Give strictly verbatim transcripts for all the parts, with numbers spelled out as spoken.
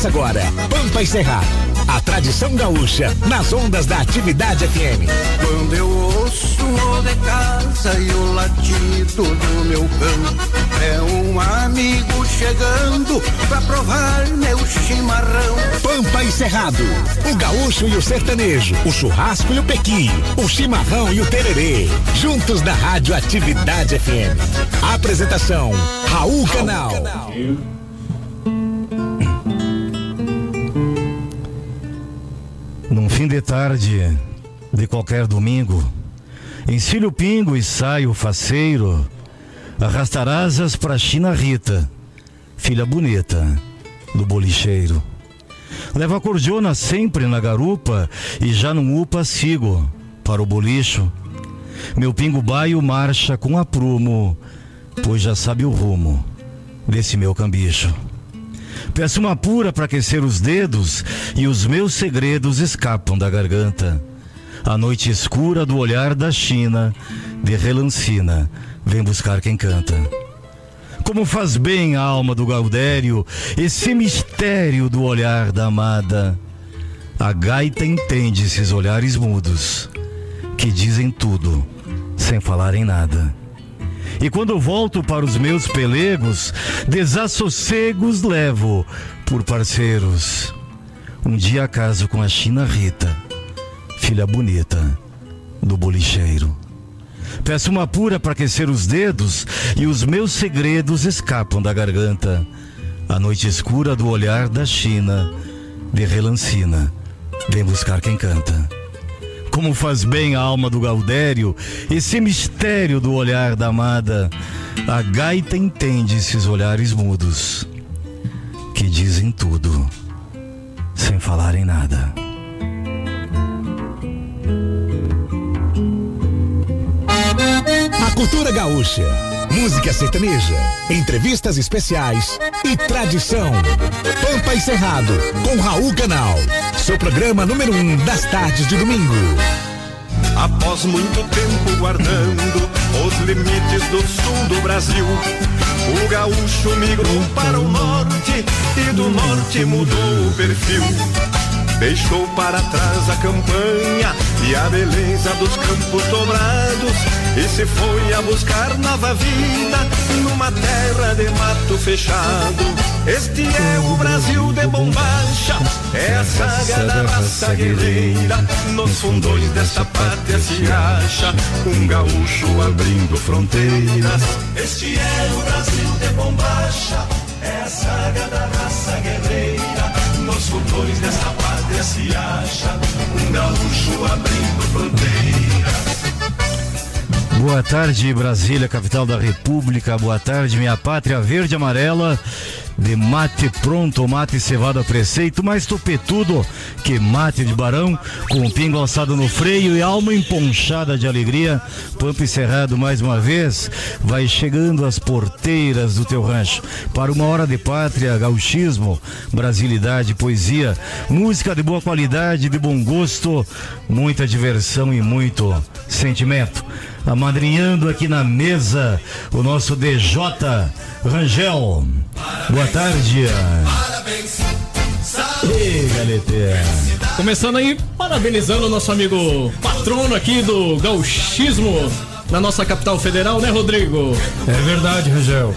Começa agora, Pampa e Cerrado, a tradição gaúcha nas ondas da Atividade F M. Quando eu ouço o de casa e o latido do meu cão, é um amigo chegando pra provar meu chimarrão. Pampa e Cerrado, o gaúcho e o sertanejo, o churrasco e o pequi, o chimarrão e o tererê, juntos na Rádio Atividade F M. Apresentação, Raul Canal. Num fim de tarde de qualquer domingo, ensino o pingo e saio faceiro, arrastar asas pra China Rita, filha bonita do bolicheiro. Levo a cordiona sempre na garupa e já num upa sigo para o bolicho. Meu pingo baio marcha com aprumo, pois já sabe o rumo desse meu cambicho. Peço uma pura para aquecer os dedos e os meus segredos escapam da garganta. A noite escura do olhar da China, de relancina, vem buscar quem canta. Como faz bem a alma do Gaudério esse mistério do olhar da amada. A gaita entende esses olhares mudos, que dizem tudo, sem falarem nada. E quando volto para os meus pelegos, desassossegos levo por parceiros. Um dia caso com a China Rita, filha bonita do bolicheiro. Peço uma pura para aquecer os dedos e os meus segredos escapam da garganta. A noite escura do olhar da China, de relancina, vem buscar quem canta. Como faz bem a alma do Gaudério esse mistério do olhar da amada. A gaita entende esses olhares mudos, que dizem tudo, sem falarem nada. A cultura gaúcha, música sertaneja, entrevistas especiais e tradição. Pampa e Cerrado, com Raul Canal. Seu programa número um das tardes de domingo. Após muito tempo guardando os limites do sul do Brasil, o gaúcho migrou para o norte e do norte mudou o perfil. Deixou para trás a campanha e a beleza dos campos dobrados e se foi a buscar nova vida numa terra de mato fechado. Este é o Brasil de bombacha, é a saga da raça guerreira. Nos fundões desta pátria se acha um gaúcho abrindo fronteiras. Este é o Brasil de bombacha, é a saga da raça guerreira. Nos fundões desta pátria se acha um gaúcho abrindo fronteiras. Boa tarde, Brasília, capital da República. Boa tarde, minha pátria verde e amarela. De mate pronto, mate cevado a preceito, mais topetudo que mate de barão, com o pingo alçado no freio e alma emponchada de alegria. Pampa e Cerrado mais uma vez vai chegando às porteiras do teu rancho para uma hora de pátria, gauchismo, brasilidade, poesia, música de boa qualidade, de bom gosto, muita diversão e muito sentimento. Amadrinhando aqui na mesa o nosso D J Rangel. Boa tarde. Parabéns. Ei, galera. Começando aí, parabenizando o nosso amigo patrono aqui do gauchismo na nossa capital federal, né, Rodrigo? É verdade, Rangel.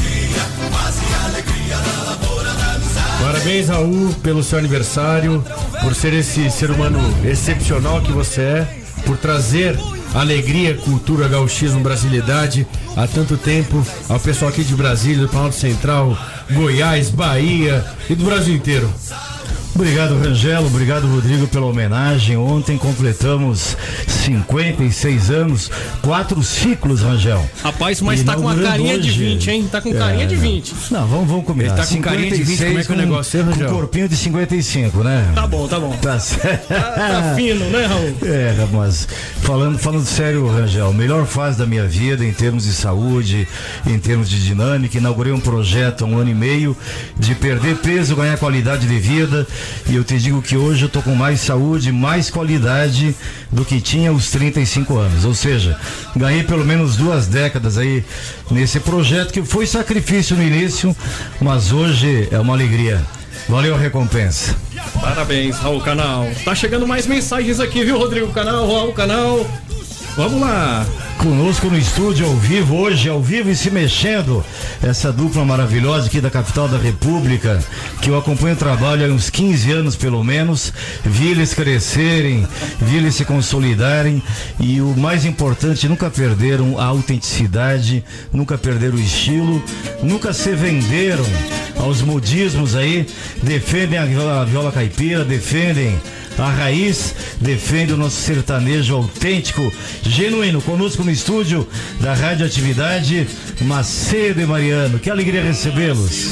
Parabéns, Raul, pelo seu aniversário, por ser esse ser humano excepcional que você é, por trazer alegria, cultura, gauchismo, brasilidade há tanto tempo ao pessoal aqui de Brasília, do Planalto Central, Goiás, Bahia e do Brasil inteiro. Obrigado, Rangelo, obrigado, Rodrigo, pela homenagem. Ontem completamos cinquenta e seis anos, quatro ciclos, Rangel. Rapaz, mas tá com a carinha hoje de vinte, hein? Tá com carinha é... de vinte. Não, vamos, vamos combinar. Ele tá com carinha de vinte, como é que é o negócio, com, Rangel? Com corpinho de cinquenta e cinco, né? Tá bom, tá bom. Tá certo. Tá, tá fino, né, Raul? É, mas falando, falando sério, Rangel, melhor fase da minha vida em termos de saúde, em termos de dinâmica. Inaugurei um projeto há um ano e meio de perder peso, ganhar qualidade de vida. E eu te digo que hoje eu tô com mais saúde, mais qualidade do que tinha aos trinta e cinco anos. Ou seja, ganhei pelo menos duas décadas aí nesse projeto que foi sacrifício no início, mas hoje é uma alegria. valeu a recompensa. Parabéns, Raul Canal. Tá chegando mais mensagens aqui, viu, Rodrigo Canal, Raul Canal. Vamos lá. Conosco no estúdio ao vivo, hoje ao vivo e se mexendo, essa dupla maravilhosa aqui da capital da República, que eu acompanho o trabalho há uns quinze anos pelo menos, vi eles crescerem, vi eles se consolidarem e o mais importante, nunca perderam a autenticidade, nunca perderam o estilo, nunca se venderam aos modismos aí, defendem a viola, a viola caipira, defendem a raiz, defende o nosso sertanejo autêntico, genuíno. Conosco no estúdio da Radioatividade, Macedo e Mariano. Que alegria recebê-los.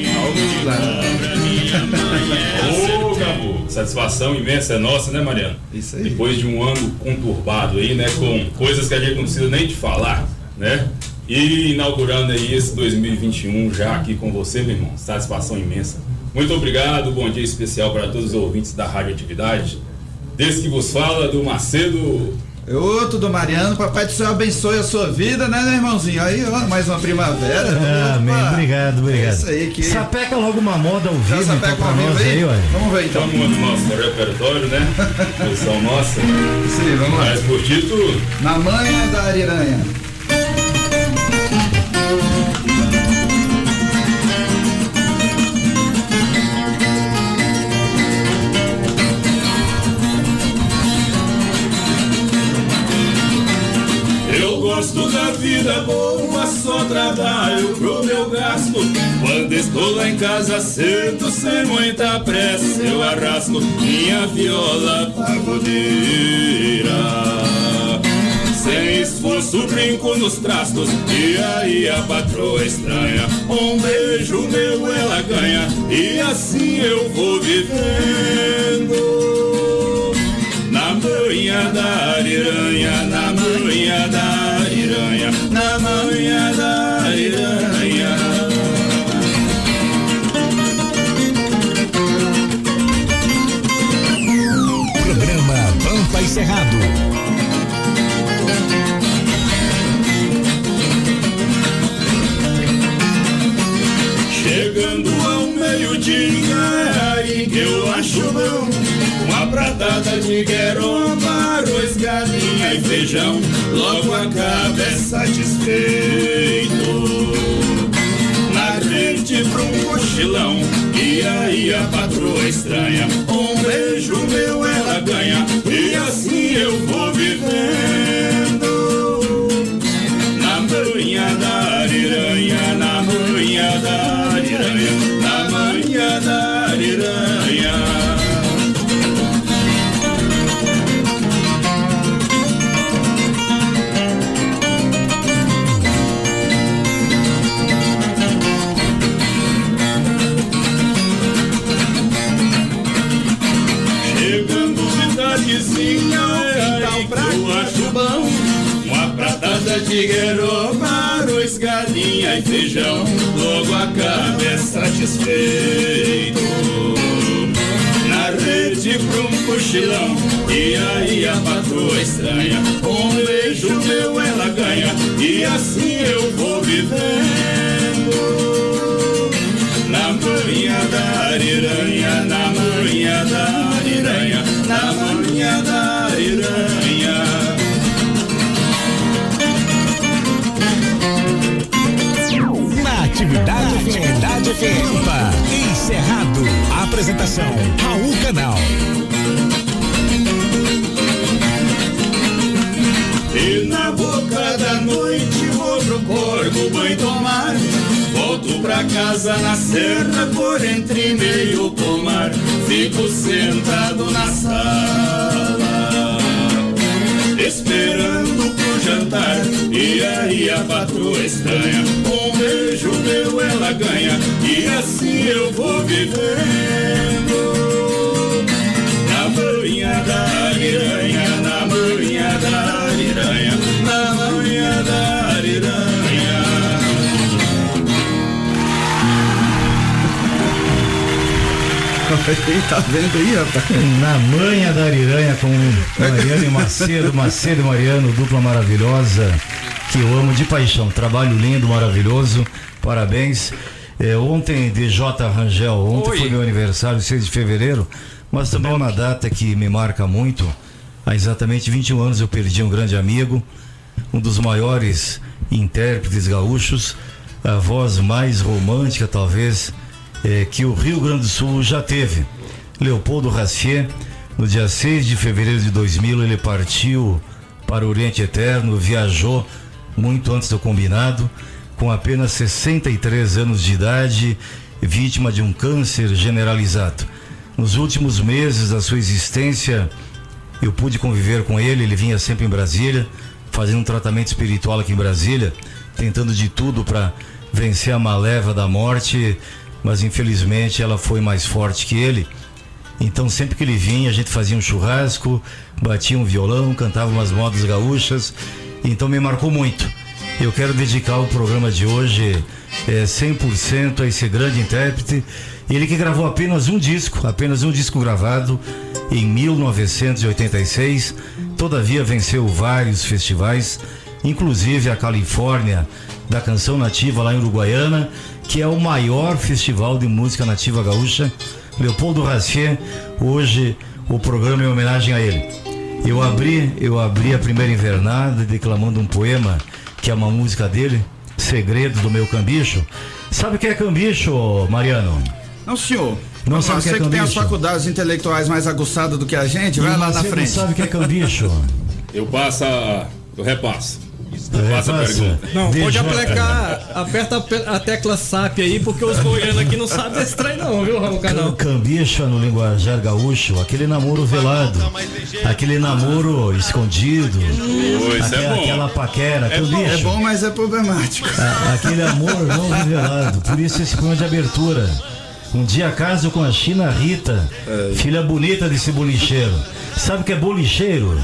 Ô, Gabu, satisfação imensa é nossa, né, Mariano? Isso aí. Depois de um ano conturbado aí, né, com coisas que a gente não precisa nem de falar, né? E inaugurando aí esse dois mil e vinte e um já aqui com você, meu irmão. Satisfação imensa. Muito obrigado, bom dia especial para todos os ouvintes da Radioatividade. Desse que vos fala, do Macedo. Outro do Mariano, papai do céu abençoe a sua vida, né, meu irmãozinho? Aí, ó, mais uma primavera. Ah, amém, obrigado, obrigado. É isso aí que... Sapeca logo uma moda ao vivo, então, pra nós aí, aí, olha. Vamos ver então. Estamos no nosso repertório, né? Posição nossa. Isso aí, vamos lá. Mas por título... Na manha da Ariranha. Gosto da vida boa, só trabalho pro meu gasto. Quando estou lá em casa cedo, sem muita pressa, eu arrasto minha viola pagodeira. Sem esforço brinco nos trastos, e aí a patroa estranha, um beijo meu ela ganha, e assim eu vou vivendo. Na manha da ariranha, na manha da ariranha, na manha da ariranha. Programa Pampa e Cerrado. Chegando ao meio-dia, é aí que eu acho bom uma pratada de gueroba, arroz, galinha e feijão, logo acaba é satisfeito. Na rede pra um cochilão, e aí a patroa estranha, um beijo meu ela ganha, e assim eu vou vivendo. Na manha da ariranha, na manha da ariranha, na manha da ariranha. Eu acho bom uma pratada de gueroba, arroz, galinha e feijão, logo acaba é satisfeito. Na rede pra um cochilão, e aí a patroa estranha, um beijo meu ela ganha, e assim eu vou vivendo. Na manha da ariranha, na manha da ariranha, na manha da ariranha. Na atividade, atividade F M encerrado. Apresentação Raul Canal. E na boca da noite vou pro corvo banho tomar. Volto pra casa na serra por entre meio pomar. Fico sentado na sala esperando pro jantar. E aí a patroa estranha, um beijo meu ela ganha, e assim eu vou vivendo. Na manha da ariranha, na manha da ariranha, na manha da ariranha. Tá vendo aí, rapaz? Na manha da ariranha com Mariano e Macedo, Macedo e Mariano, dupla maravilhosa, que eu amo de paixão. Trabalho lindo, maravilhoso, parabéns. É, ontem, D J Rangel, ontem Oi. foi meu aniversário, seis de fevereiro, mas também é uma data que me marca muito. Há exatamente vinte e um anos eu perdi um grande amigo, um dos maiores intérpretes gaúchos, a voz mais romântica talvez é, que o Rio Grande do Sul já teve. Leopoldo Racier, no dia seis de fevereiro de dois mil, ele partiu para o Oriente Eterno, viajou muito antes do combinado, com apenas sessenta e três anos de idade, vítima de um câncer generalizado. Nos últimos meses da sua existência, eu pude conviver com ele, ele vinha sempre em Brasília, fazendo um tratamento espiritual aqui em Brasília, tentando de tudo para vencer a maleva da morte, mas infelizmente ela foi mais forte que ele. Então sempre que ele vinha, a gente fazia um churrasco, batia um violão, cantava umas modas gaúchas, então me marcou muito. Eu quero dedicar o programa de hoje é, cem por cento a esse grande intérprete, ele que gravou apenas um disco, apenas um disco gravado em mil novecentos e oitenta e seis, todavia venceu vários festivais, inclusive a Califórnia da Canção Nativa lá em Uruguaiana, que é o maior festival de música nativa gaúcha. Leopoldo Racier, hoje o programa é em homenagem a ele. Eu abri, eu abri a primeira invernada declamando um poema que é uma música dele, Segredo do Meu Cambicho. Sabe o que é cambicho, Mariano? Não, senhor. Não sabe o que é Você que tem as cambicho? faculdades intelectuais mais aguçadas do que a gente, vai lá na Você frente. não sabe o que é cambicho? Eu passo, a- eu repasso. Passa a Repassa. pergunta. Não, D J. pode aplicar, aperta a pe- a tecla S A P aí, porque os goianos aqui não sabem desse trem não, viu, Raul Canal? Cambicho no linguajar gaúcho, aquele namoro velado, aquele namoro escondido, Pô, isso aquela, é bom. aquela paquera, cambicho. É bom, mas é problemático. A- aquele amor não revelado, por isso esse poema de abertura. Um dia caso com a China Rita, filha bonita desse bolicheiro. Sabe o que é bolicheiro?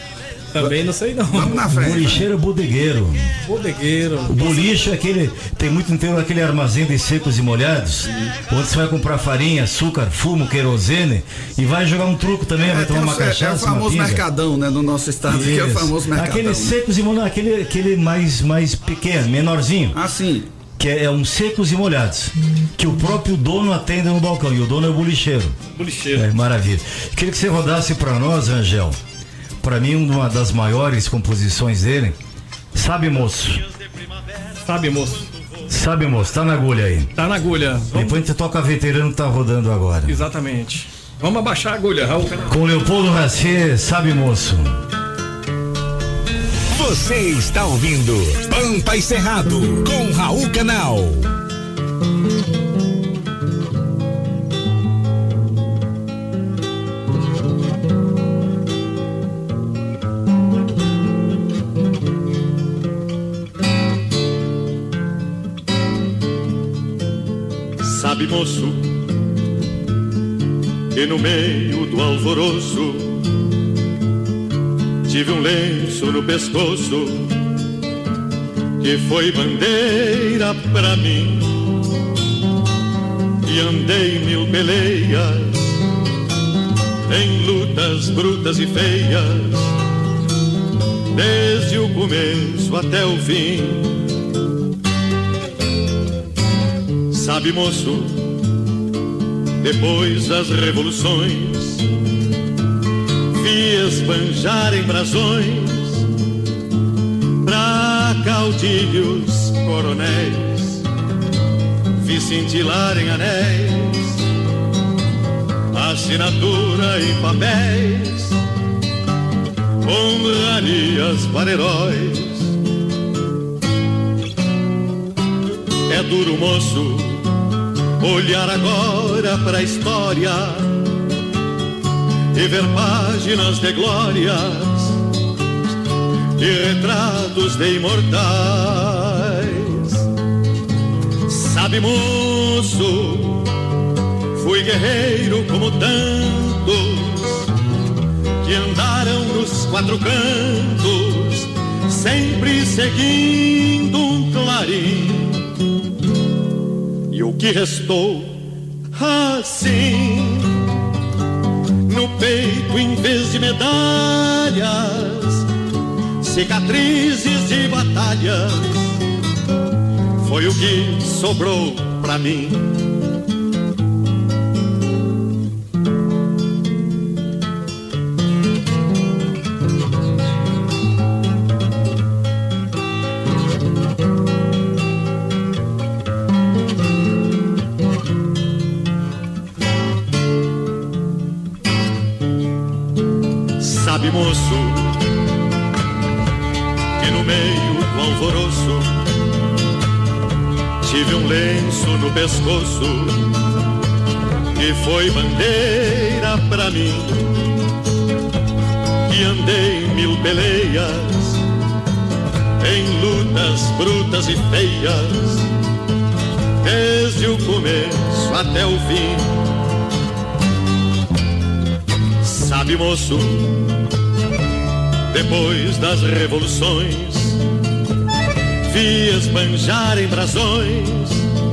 Também não sei não. Vamos na frente. Bolicheiro é bodegueiro. Bodegueiro. O bolicho é aquele, tem muito inteiro aquele armazém de secos e molhados, onde você vai comprar farinha, açúcar, fumo, querosene e vai jogar um truco também, vai É, tomar tem uma o- é, cachaça, é o uma famoso pinga. mercadão, né, do nosso estado, que é o Isso. famoso mercadão. Aquele secos e molhados, aquele, aquele mais, mais pequeno, menorzinho, Assim, que é, é um secos e molhados, que o próprio dono atende no balcão, e o dono é o bolicheiro. Bolicheiro. É, maravilha. Queria que você rodasse pra nós, Angel, pra mim uma das maiores composições dele, Sabe Moço. Sabe, moço? Sabe Moço, tá na agulha aí. Tá na agulha. Vamos... Depois você toca veterano que tá rodando agora. Exatamente. Vamos abaixar a agulha, Raul Canal. Com Leopoldo Racier, Sabe Moço. Você está ouvindo Pampa e Cerrado com Raul Canal. Sabe, moço, que no meio do alvoroço tive um lenço no pescoço que foi bandeira pra mim, e andei mil peleias em lutas brutas e feias desde o começo até o fim. Sabe, moço, depois das revoluções vi esbanjar em brasões pra caudilhos coronéis, vi cintilar em anéis assinatura em papéis, honrarias para heróis. É duro, moço, olhar agora pra história e ver páginas de glórias e retratos de imortais. Sabe, moço, fui guerreiro como tantos que andaram nos quatro cantos, sempre seguindo um clarim. E o que restou assim no peito, em vez de medalhas, cicatrizes de batalhas, foi o que sobrou pra mim. Sabe, moço, que no meio do alvoroço tive um lenço no pescoço que foi bandeira pra mim, que andei mil peleias em lutas brutas e feias, desde o começo até o fim. Sabe, moço, depois das revoluções vi esbanjar em brasões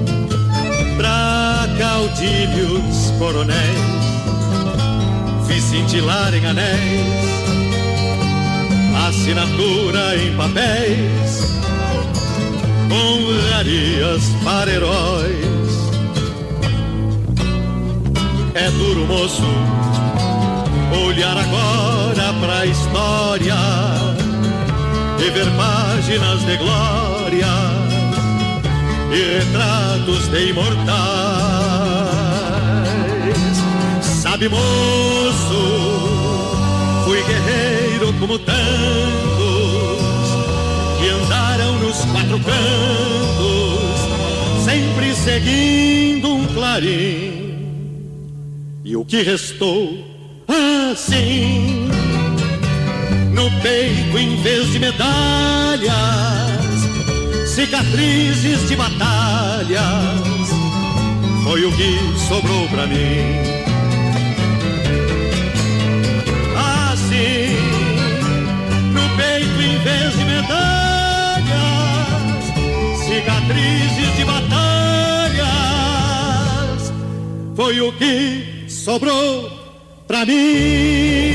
pra caudilhos coronéis, vi cintilar em anéis assinatura em papéis, honrarias para heróis. É duro, moço, olhar agora pra história e ver páginas de glória e retratos de imortais. Sabe, moço, fui guerreiro como tantos que andaram nos quatro cantos, sempre seguindo um clarim. E o que restou assim, no peito em vez de medalhas, cicatrizes de batalhas, foi o que sobrou pra mim. Assim, no peito em vez de medalhas, cicatrizes de batalhas, foi o que sobrou pra mim.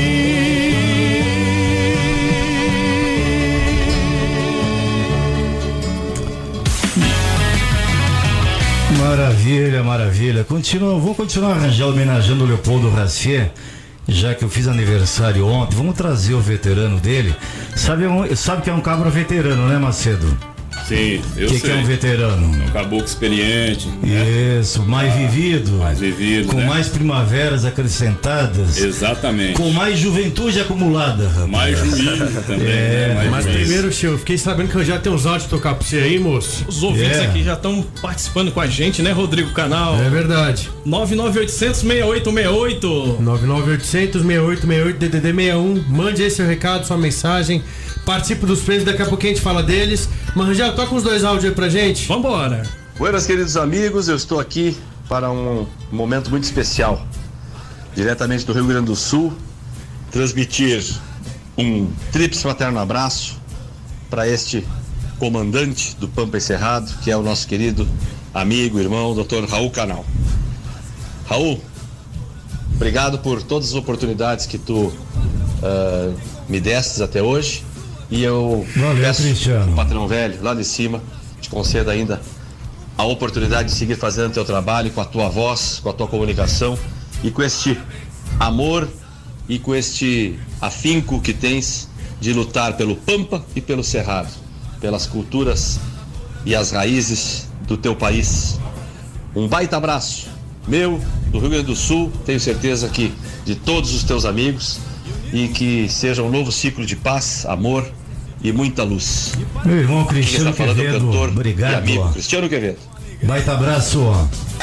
Maravilha, maravilha. Continua, vou continuar arranjando, homenageando o Leopoldo Racier, já que eu fiz aniversário ontem. Vamos trazer o veterano dele. Sabe, sabe que é um cabra veterano, né, Macedo? Sim, eu que sei. Que é um veterano? Um caboclo experiente. Né? Isso, mais ah, vivido. Mais vivido, com né? mais primaveras acrescentadas. Exatamente. Com mais juventude acumulada, rapaz. Mais juízo também. É, né? mais mas juízo. primeiro, Chico, eu fiquei sabendo que eu já tenho uns áudios de tocar pra você aí, moço. Os ouvintes É. aqui já estão participando com a gente, né, Rodrigo Canal? É verdade. nove nove oito zero zero, seis oito seis oito. nove nove oito zero zero, seis oito seis oito, D D D sessenta e um. Mande aí seu recado, sua mensagem. Participe dos prêmios, daqui a pouquinho a gente fala deles. Mas, Rangel, toca uns dois áudios aí pra gente. Vambora. Buenas, queridos amigos, eu estou aqui para um momento muito especial. Diretamente do Rio Grande do Sul, transmitir um tríplice fraterno abraço para este comandante do Pampa e Cerrado, que é o nosso querido amigo, irmão, doutor Raul Canal. Raul, obrigado por todas as oportunidades que tu uh, me destes até hoje. E eu Valeu, peço Cristiano. o patrão velho lá de cima te conceda ainda a oportunidade de seguir fazendo teu trabalho com a tua voz, com a tua comunicação e com este amor e com este afinco que tens de lutar pelo Pampa e pelo Cerrado, pelas culturas e as raízes do teu país. Um baita abraço meu, do Rio Grande do Sul, tenho certeza que de todos os teus amigos, e que seja um novo ciclo de paz, amor e muita luz. Meu irmão Quem Cristiano está falando é o Quevedo, cantor obrigado. e amigo Ó. Cristiano Quevedo. Baita abraço, ó.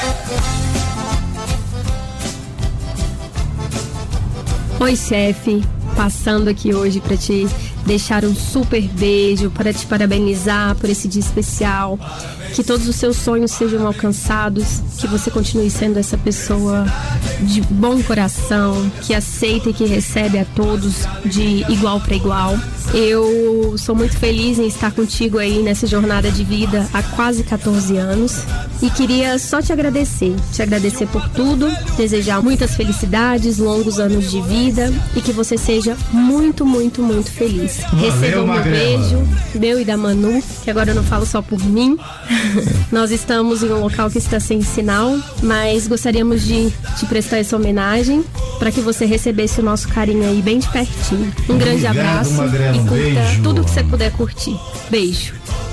Oi, chefe, passando aqui hoje para te deixar um super beijo, para te parabenizar por esse dia especial, que todos os seus sonhos sejam alcançados, que você continue sendo essa pessoa de bom coração, que aceita e que recebe a todos de igual para igual. Eu sou muito feliz em estar contigo aí nessa jornada de vida há quase quatorze anos e queria só te agradecer, te agradecer por tudo, desejar muitas felicidades, longos anos de vida e que você seja muito, muito, muito feliz. Valeu, Receba um beijo, meu e da Manu, que agora eu não falo só por mim. Nós estamos em um local que está sem sinal, mas gostaríamos de te prestar essa homenagem para que você recebesse o nosso carinho aí bem de pertinho. Um grande Obrigado, abraço Magrela, e um curta beijo. tudo que você puder curtir. Beijo.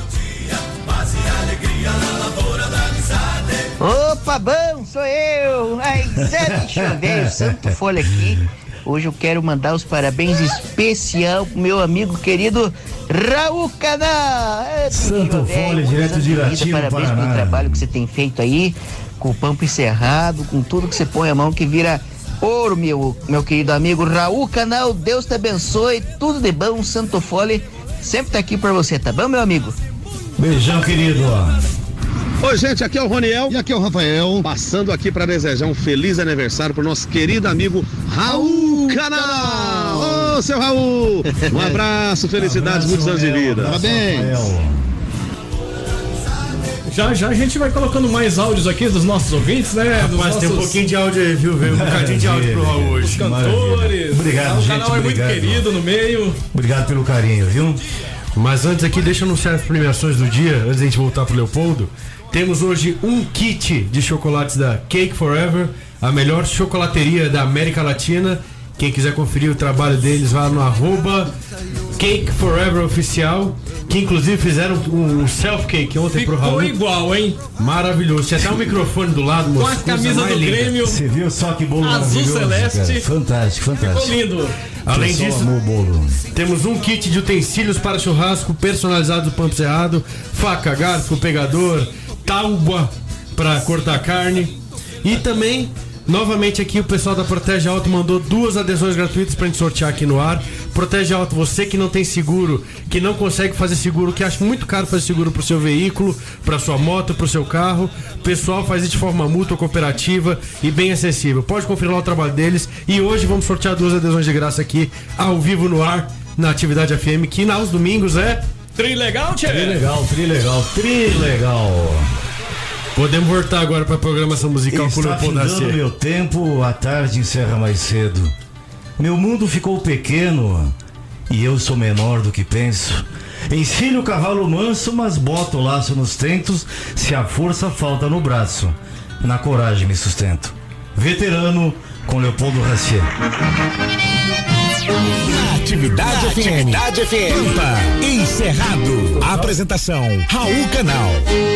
Opa, bom, sou eu. Ai, Zé, deixa eu ver, o Santo Folha aqui. Hoje eu quero mandar os parabéns especial pro meu amigo querido Raul Canal. Santo Folha, direto de Irati, Parabéns Paraná. pelo trabalho que você tem feito aí, com o Pampa Encerrado, com tudo que você põe a mão que vira ouro, meu, meu querido amigo Raul Canal. Deus te abençoe, tudo de bom, Santo Folha sempre tá aqui pra você, tá bom, meu amigo? Beijão, querido. Oi, gente, aqui é o Roniel e aqui é o Rafael, passando aqui para desejar um feliz aniversário pro nosso querido amigo Raul Canal. Ô, seu Raul, um abraço, felicidades, muitos anos de vida. Parabéns. Já, já a gente vai colocando mais áudios aqui dos nossos ouvintes, né? Dos Mas nossos... tem um pouquinho de áudio aí, viu? Veio um bocadinho de áudio pro Raul hoje. Os cantores. Obrigado, o gente, canal é obrigado. muito querido no meio. Obrigado pelo carinho, viu? Mas antes aqui, deixa eu anunciar as premiações do dia, antes da gente voltar pro Leopoldo. Temos hoje um kit de chocolates da Cake Forever, a melhor chocolateria da América Latina. Quem quiser conferir o trabalho deles, vá no arroba Cake Forever Oficial, que inclusive fizeram um self-cake ontem Ficou pro Raul. igual, hein? Maravilhoso. Tinha até um microfone do lado, moço. Com a camisa do linda. Grêmio. Você viu só que bolo Azul maravilhoso, celeste. cara. Fantástico, fantástico. Ficou lindo. Além Pessoal disso, amou o bolo. temos um kit de utensílios para churrasco personalizado do Pampa Cerrado, faca, garfo, pegador, tábua para cortar carne. E também, novamente aqui, o pessoal da Protege Auto mandou duas adesões gratuitas pra gente sortear aqui no ar. Protege Auto, você que não tem seguro, que não consegue fazer seguro, que acha muito caro fazer seguro pro seu veículo, pra sua moto, pro seu carro, o pessoal faz isso de forma mútua, cooperativa e bem acessível. Pode conferir lá o trabalho deles. E hoje vamos sortear duas adesões de graça aqui, ao vivo no ar, na Atividade F M, que aos domingos é... Trilegal, tchê? Trilegal, trilegal, trilegal. Podemos voltar agora para a programação musical com o Está Leopoldo findando Racier. meu tempo, a tarde encerra mais cedo. Meu mundo ficou pequeno e eu sou menor do que penso. Ensino o cavalo manso, mas boto o laço nos tentos se a força falta no braço. Na coragem me sustento. Veterano com Leopoldo Racier. Atividade F M. Atividade F M. Pampa Encerrado. Apresentação Raul Canal.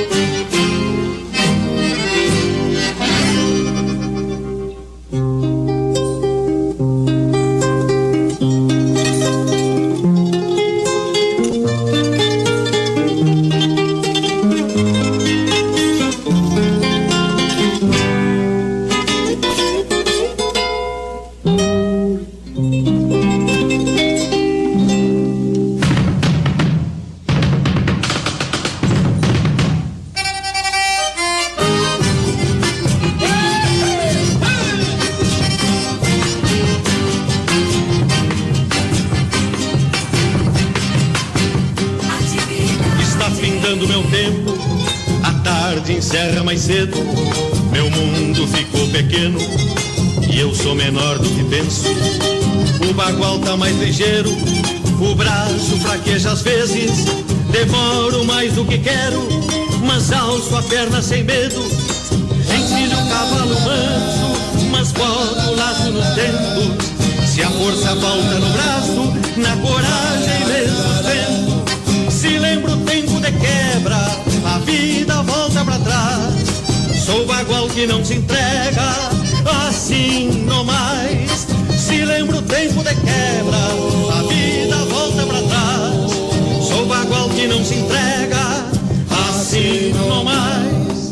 Encerra mais cedo, meu mundo ficou pequeno e eu sou menor do que penso. O bagual tá mais ligeiro, o braço fraqueja às vezes. Demoro mais do que quero, mas alço a perna sem medo. Ensino o cavalo manso, mas boto o laço nos tempos. Se a força falta no braço, na coragem me sustento. Se lembro o tempo de quebra, a vida volta pra trás. Sou bagual que não se entrega, assim não mais. Se lembro o tempo de quebra, a vida volta pra trás. Sou bagual que não se entrega, assim não mais.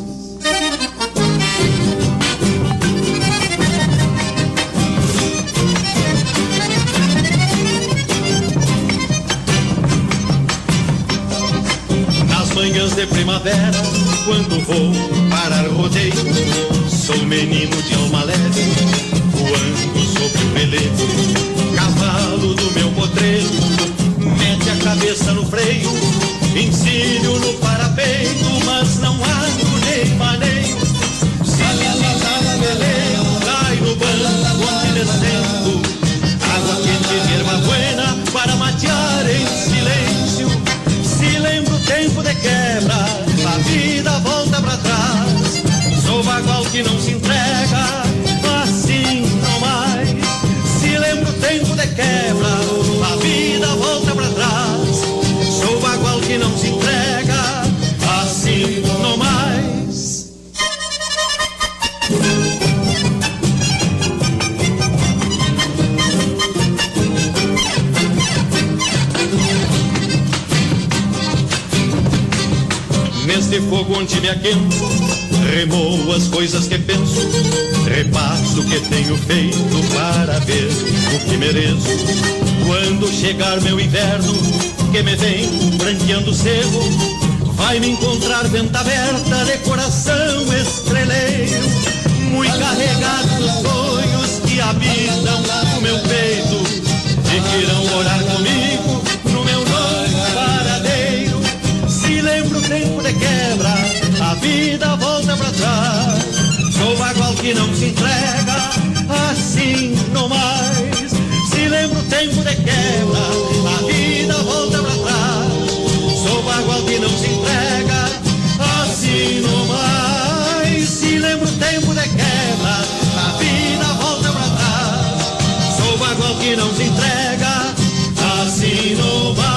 Manhãs de primavera, quando vou parar rodeio, sou menino de alma leve, voando sobre o relevo, cavalo do meu potreiro, me neste fogo onde me aquento, remoo as coisas que penso, repasso o que tenho feito para ver o que mereço. Quando chegar meu inverno, que me vem branqueando o cerro, vai me encontrar venta aberta de coração estreleiro, muito carregado dos sonhos que habitam o meu peito e que irão morar comigo no meu novo paradeiro. Se lembro o tempo de quebra, a vida volta pra trás, sou bagual que não se entrega assim no mais. Se lembro o tempo de quebra, a vida volta pra trás, sou bagual que não se entrega assim no mais. Se lembro o tempo de quebra, a vida volta pra trás, sou bagual que não se entrega assim no mais.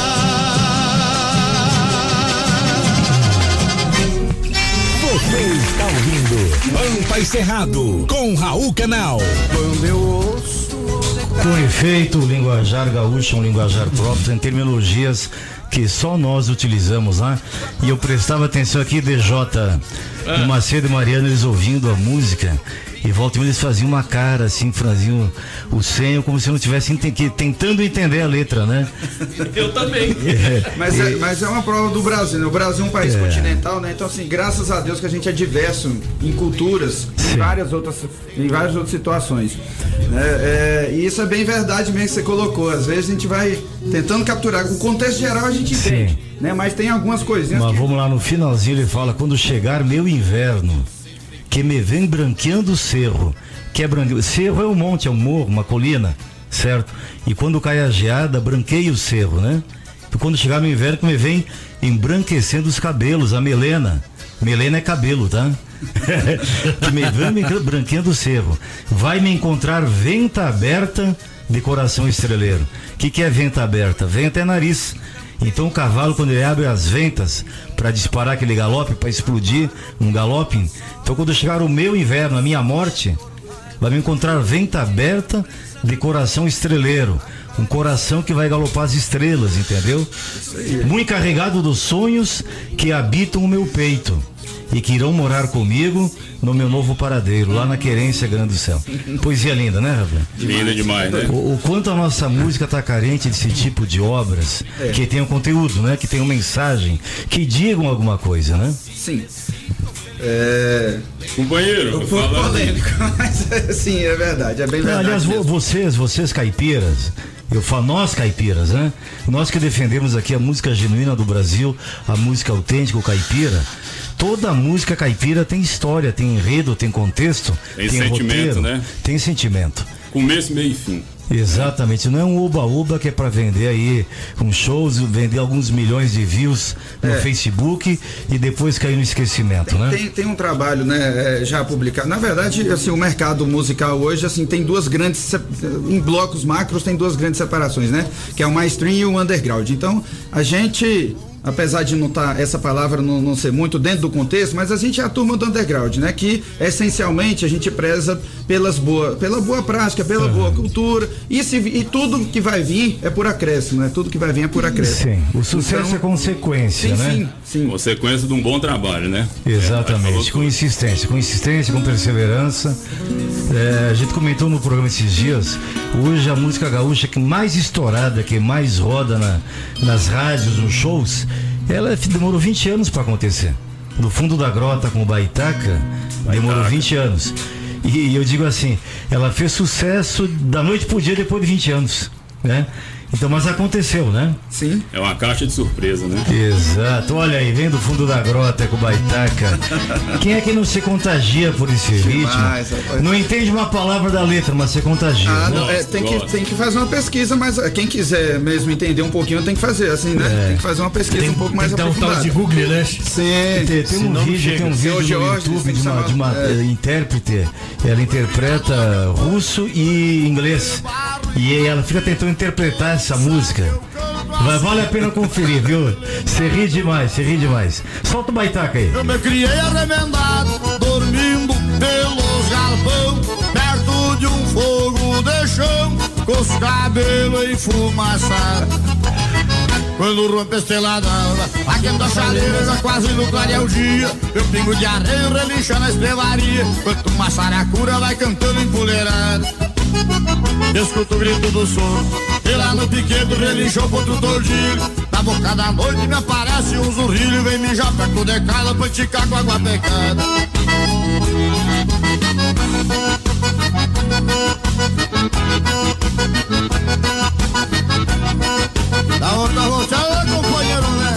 Você está ouvindo Pampa e Cerrado com Raul Canal. Quando eu ouço. Com efeito, o linguajar gaúcho é um linguajar próprio, tem terminologias que só nós utilizamos lá. E eu prestava atenção aqui, D J, o Macedo e Mariano, eles ouvindo a música. E volta e meia eles faziam uma cara assim, franziam o senho, como se não estivessem tentando entender a letra, né? Eu também. É, mas, é, mas é uma prova do Brasil, né? O Brasil é um país é. continental, né? Então, assim, graças a Deus que a gente é diverso em culturas, em várias outras, em várias outras situações. Né? É, e isso é bem verdade mesmo que você colocou. Às vezes a gente vai tentando capturar. O contexto geral a gente entende, né? Mas tem algumas coisinhas. Mas que... vamos lá, no finalzinho ele fala: quando chegar meu inverno, que me vem branqueando o cerro, que é branqueando. Cerro é um monte, é um morro, uma colina, certo? E quando cai a geada, branqueia o cerro, né? E quando chegar meu inverno, que me vem embranquecendo os cabelos, a melena. Melena é cabelo, tá? Que me vem branqueando o cerro. Vai me encontrar venta aberta de coração estreleiro. O que, que é venta aberta? Venta é nariz. Então o cavalo, quando ele abre as ventas para disparar aquele galope, para explodir um galope, então quando chegar o meu inverno, a minha morte, vai me encontrar venta aberta de coração estreleiro, um coração que vai galopar as estrelas, entendeu? Muito carregado dos sonhos que habitam o meu peito e que irão morar comigo no meu novo paradeiro, lá na Querência Grande do Céu. Poesia linda, né, Rafael? Linda demais, né? O, o quanto a nossa música está carente desse tipo de obras é. que tenham conteúdo, né? Que tenham mensagem, que digam alguma coisa, né? Sim. É... Companheiro, um pouco polêmico, mas sim, é verdade, é bem verdade. Aliás, mesmo. vocês, vocês caipiras, eu falo nós caipiras, né? Nós que defendemos aqui a música genuína do Brasil, a música autêntica, o caipira. Toda música caipira tem história, tem enredo, tem contexto, tem, tem sentimento, roteiro, né? Tem sentimento. Começo, meio e fim. Exatamente, não é um oba-oba que é para vender aí um shows, vender alguns milhões de views no é. Facebook e depois cair no esquecimento, tem, né? Tem, tem um trabalho, né, já publicado. Na verdade, assim, o mercado musical hoje, assim, tem duas grandes, em blocos macros tem duas grandes separações, né? Que é o mainstream e o underground. Então, a gente... apesar de não estar, essa palavra não, não ser muito dentro do contexto, mas a gente é a turma do underground, né? Que essencialmente a gente preza pelas boa, pela boa prática, pela uhum. boa cultura, e, se, e tudo que vai vir é por acréscimo, né? Tudo que vai vir é por acréscimo. Sim, o sucesso então, é consequência, sim, né? Sim, sim. Consequência de um bom trabalho, né? Exatamente, é, com insistência, com insistência, com perseverança. É, a gente comentou no programa esses dias, hoje a música gaúcha que mais estourada, que mais roda na, nas rádios, nos shows, ela demorou vinte anos para acontecer. No Fundo da Grota com o Baitaca, Baitaca. demorou vinte anos. E, e eu digo assim, ela fez sucesso da noite pro dia depois de vinte anos, né? Então, mas aconteceu, né? Sim. É uma caixa de surpresa, né? Exato. Olha aí, vem do Fundo da Grota com o Baitaca. Quem é que não se contagia por esse ritmo? Demais, não entende uma palavra da letra, mas se contagia. Ah, né? não, é, tem, que, tem que fazer uma pesquisa, mas quem quiser mesmo entender um pouquinho tem que fazer, assim, né? É. Tem que fazer uma pesquisa tem, um pouco mais aprofundada. Tem um tal de Google, né? Sim. Tem, tem um vídeo, tem um vídeo no YouTube de uma, de uma é. intérprete. Ela interpreta russo e inglês. E ela fica tentando interpretar essa música. Mas vale a pena conferir, viu? Você ri demais, você ri demais. Solta o Baitaca aí. Eu me criei arremendado, dormindo pelo galpão, perto de um fogo de chão, com os cabelos enfumaçados. Quando rompe a estrela d'alva, aquenta a chaleira, já quase no clarear o dia. Meu pingo de arreio relincha na estrevaria, enquanto uma saracura vai cantando empoleirada. Escuto o grito do sono, e lá no piquedo relinchou contra o tordilho. Na boca da noite me aparece um zurrilho, vem mijar perto de casa pra esticar com água pecada. Da outra volteada, companheiro, né?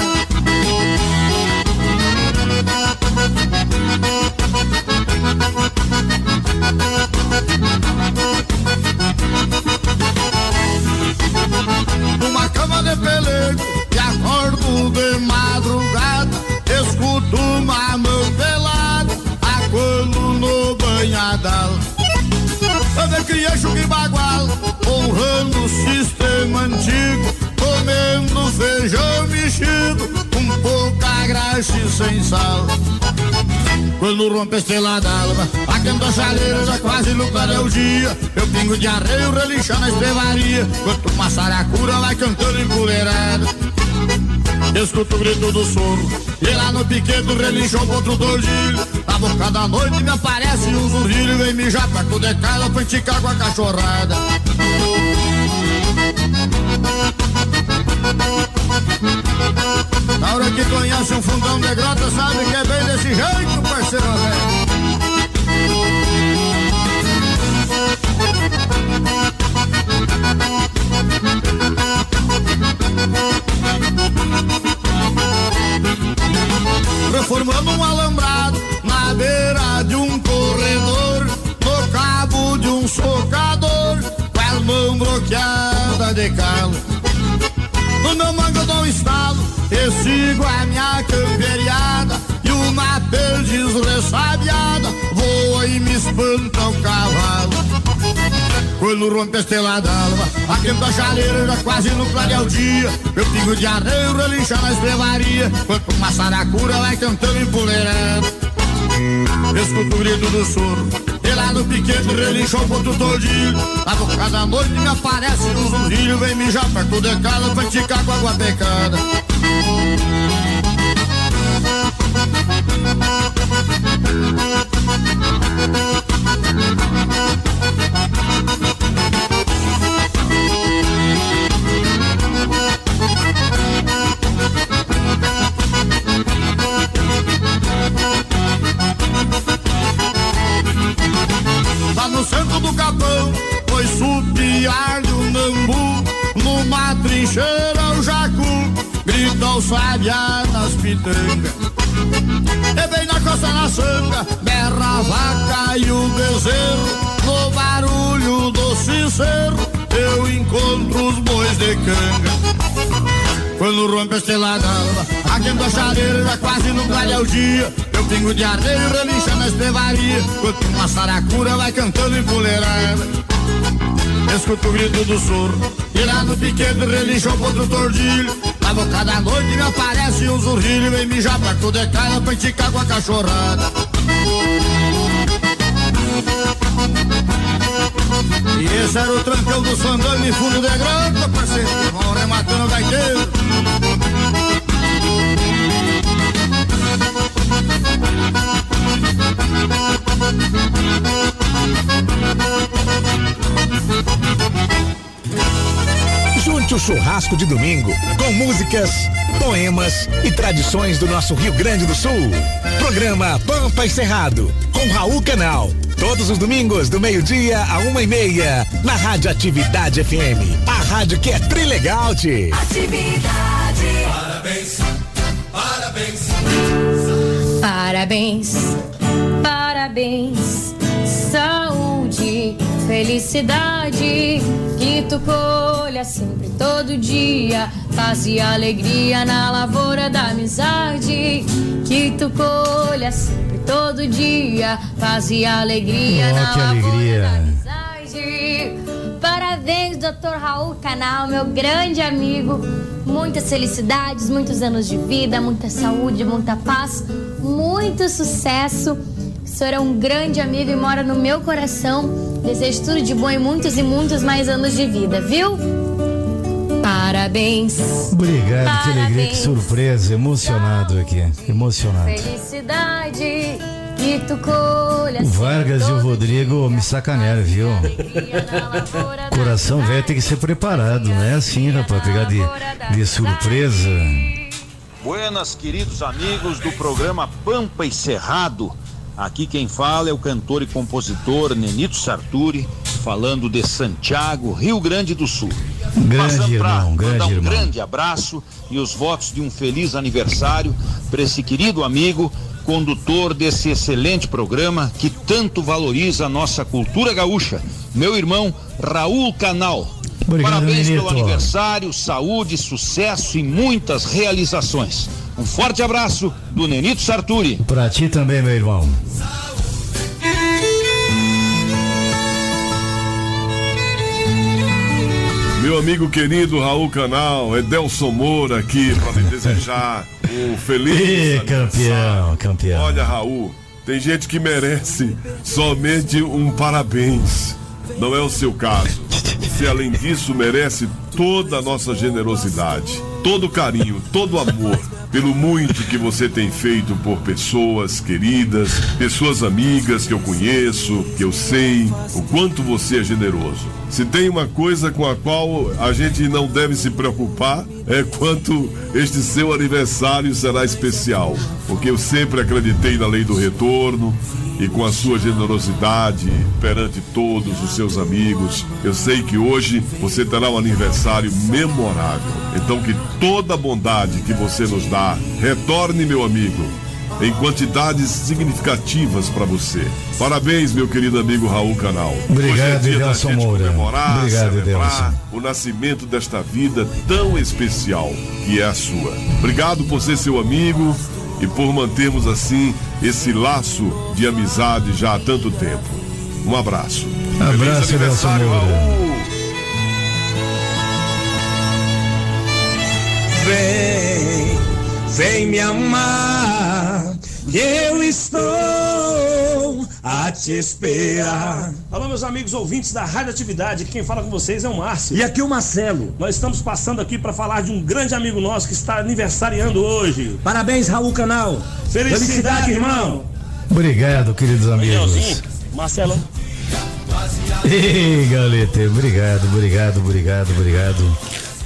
Numa cama de pelego e acordo de madrugada, escuto uma mão pelada, aquando no banhadal. Eu me criei chuca e bagual, honrando o sistema antigo, comendo feijão mexido, com pouca graxa e sem sal. Quando rompe a estrela d'alva, aquenta a chaleira, já quase no clarear o dia. Eu pingo de arreio, relincha na estrevaria, enquanto uma saracura vai cantando empoleirada. Escuto o grito do soro, e lá no piquedo relinchou contra o tordilho. Na boca da noite me aparece um zurrilho, vem mijar perto de casa pra esticar com a cachorrada. Na hora que conhece um fundão de grota, sabe que é bem desse jeito, parceiro velho. Reformando um alambrado na beira de um corredor, no cabo de um socador, com a mão bloqueada de calo. No meu mango eu dou um estalo, eu sigo a minha camperiada, e uma perdiz ressabiada voa e me espanta o cavalo. Quando rompe a estrela d'alva, aquenta a chaleira, já quase no clarear o dia. Meu pingo de arreio relincha na estrevaria, enquanto uma saracura vai cantando empoleirada. Escuto o grito do soro, e lá no piquete relinchou contra o tordilho. Na boca da noite me aparece um zurrilho, vem mijar perto de casa pra esticar com água pecada. Lá no centro do capão, foi supiar-lhe o nambu, numa trincheira o jacu, grita o sabiá nas pitangas. E bem na costa na sanga, berra a vaca e o bezerro, no barulho do sincero, eu encontro os bois de canga. Quando rompe a estrela d'alva, aquenta a chaleira, já quase no clarear o dia. Eu pingo de arreio, relincha na estrevaria, enquanto uma saracura vai cantando empoleirada. Escuto o grito do soro, e lá no piquete relinchou contra o tordilho. Na boca da noite me aparece um zurrilho, vem mijar perto de casa pra esticar com a cachorrada. E esse era o trancão do Sandano em fundo de grota, parceiro, vão rematando o gaiteiro. Junte o churrasco de domingo com músicas, poemas e tradições do nosso Rio Grande do Sul. Programa Pampa e Cerrado com Raul Canal. Todos os domingos, do meio-dia a uma e meia, na Rádio Atividade F M. A rádio que é trilegal, tchê. Atividade. Parabéns, parabéns. Parabéns, parabéns. Saúde, felicidade, que tu colha sempre todo dia. Paz e alegria na lavoura da amizade, que tu colha sempre todo dia. Paz e alegria oh, na lavoura alegria. Da amizade. Parabéns, doutor Raul Canal, meu grande amigo. Muitas felicidades, muitos anos de vida, muita saúde, muita paz, muito sucesso. O senhor é um grande amigo e mora no meu coração. Desejo tudo de bom e muitos e muitos mais anos de vida, viu? Para Parabéns. Obrigado, Parabéns. que alegria, que surpresa, emocionado aqui, emocionado. Felicidade que tu colha. O Vargas e o Rodrigo me sacanearam, viu? Coração velho tem que ser preparado, não é assim, rapaz, pegar de, de surpresa. Buenas, queridos amigos do programa Pampa e Cerrado. Aqui quem fala é o cantor e compositor Nenito Sarturi, falando de Santiago, Rio Grande do Sul. Grande irmão, grande mandar um irmão. grande abraço e os votos de um feliz aniversário para esse querido amigo, condutor desse excelente programa que tanto valoriza a nossa cultura gaúcha, meu irmão Raul Canal. Obrigado, Parabéns Nenito. pelo aniversário, saúde, sucesso e muitas realizações. Um forte abraço do Nenito Sarturi. Pra ti também, meu irmão. Meu amigo querido Raul Canal, Edelson Moura aqui para lhe desejar um feliz Ih, aniversário. campeão, campeão. Olha, Raul, tem gente que merece somente um parabéns. Não é o seu caso. Você, além disso, merece toda a nossa generosidade, todo o carinho, todo o amor, pelo muito que você tem feito por pessoas queridas, pessoas amigas que eu conheço, que eu sei o quanto você é generoso. Se tem uma coisa com a qual a gente não deve se preocupar, é quanto este seu aniversário será especial, porque eu sempre acreditei na lei do retorno e com a sua generosidade perante todos os seus amigos, eu sei que hoje você terá um aniversário memorável. Então que toda a bondade que você nos dá retorne, meu amigo, em quantidades significativas para você. Parabéns, meu querido amigo Raul Canal. Obrigado, Hoje é dia da Edelson gente Moura. comemorar, Obrigado, celebrar Edelson. o nascimento desta vida tão especial que é a sua. Obrigado por ser seu amigo e por mantermos assim esse laço de amizade já há tanto tempo. Um abraço. Abraço, Feliz Edelson aniversário, Moura. Raul. Vem, vem me amar, eu estou a te esperar. Alô, meus amigos ouvintes da Rádio Atividade, quem fala com vocês é o Márcio. E aqui o Marcelo. Nós estamos passando aqui para falar de um grande amigo nosso que está aniversariando hoje. Parabéns, Raul Canal. Felicidade, Felicidade, irmão. Obrigado, queridos amigos. Marcelo. Ei, Galete, obrigado, obrigado, obrigado, obrigado.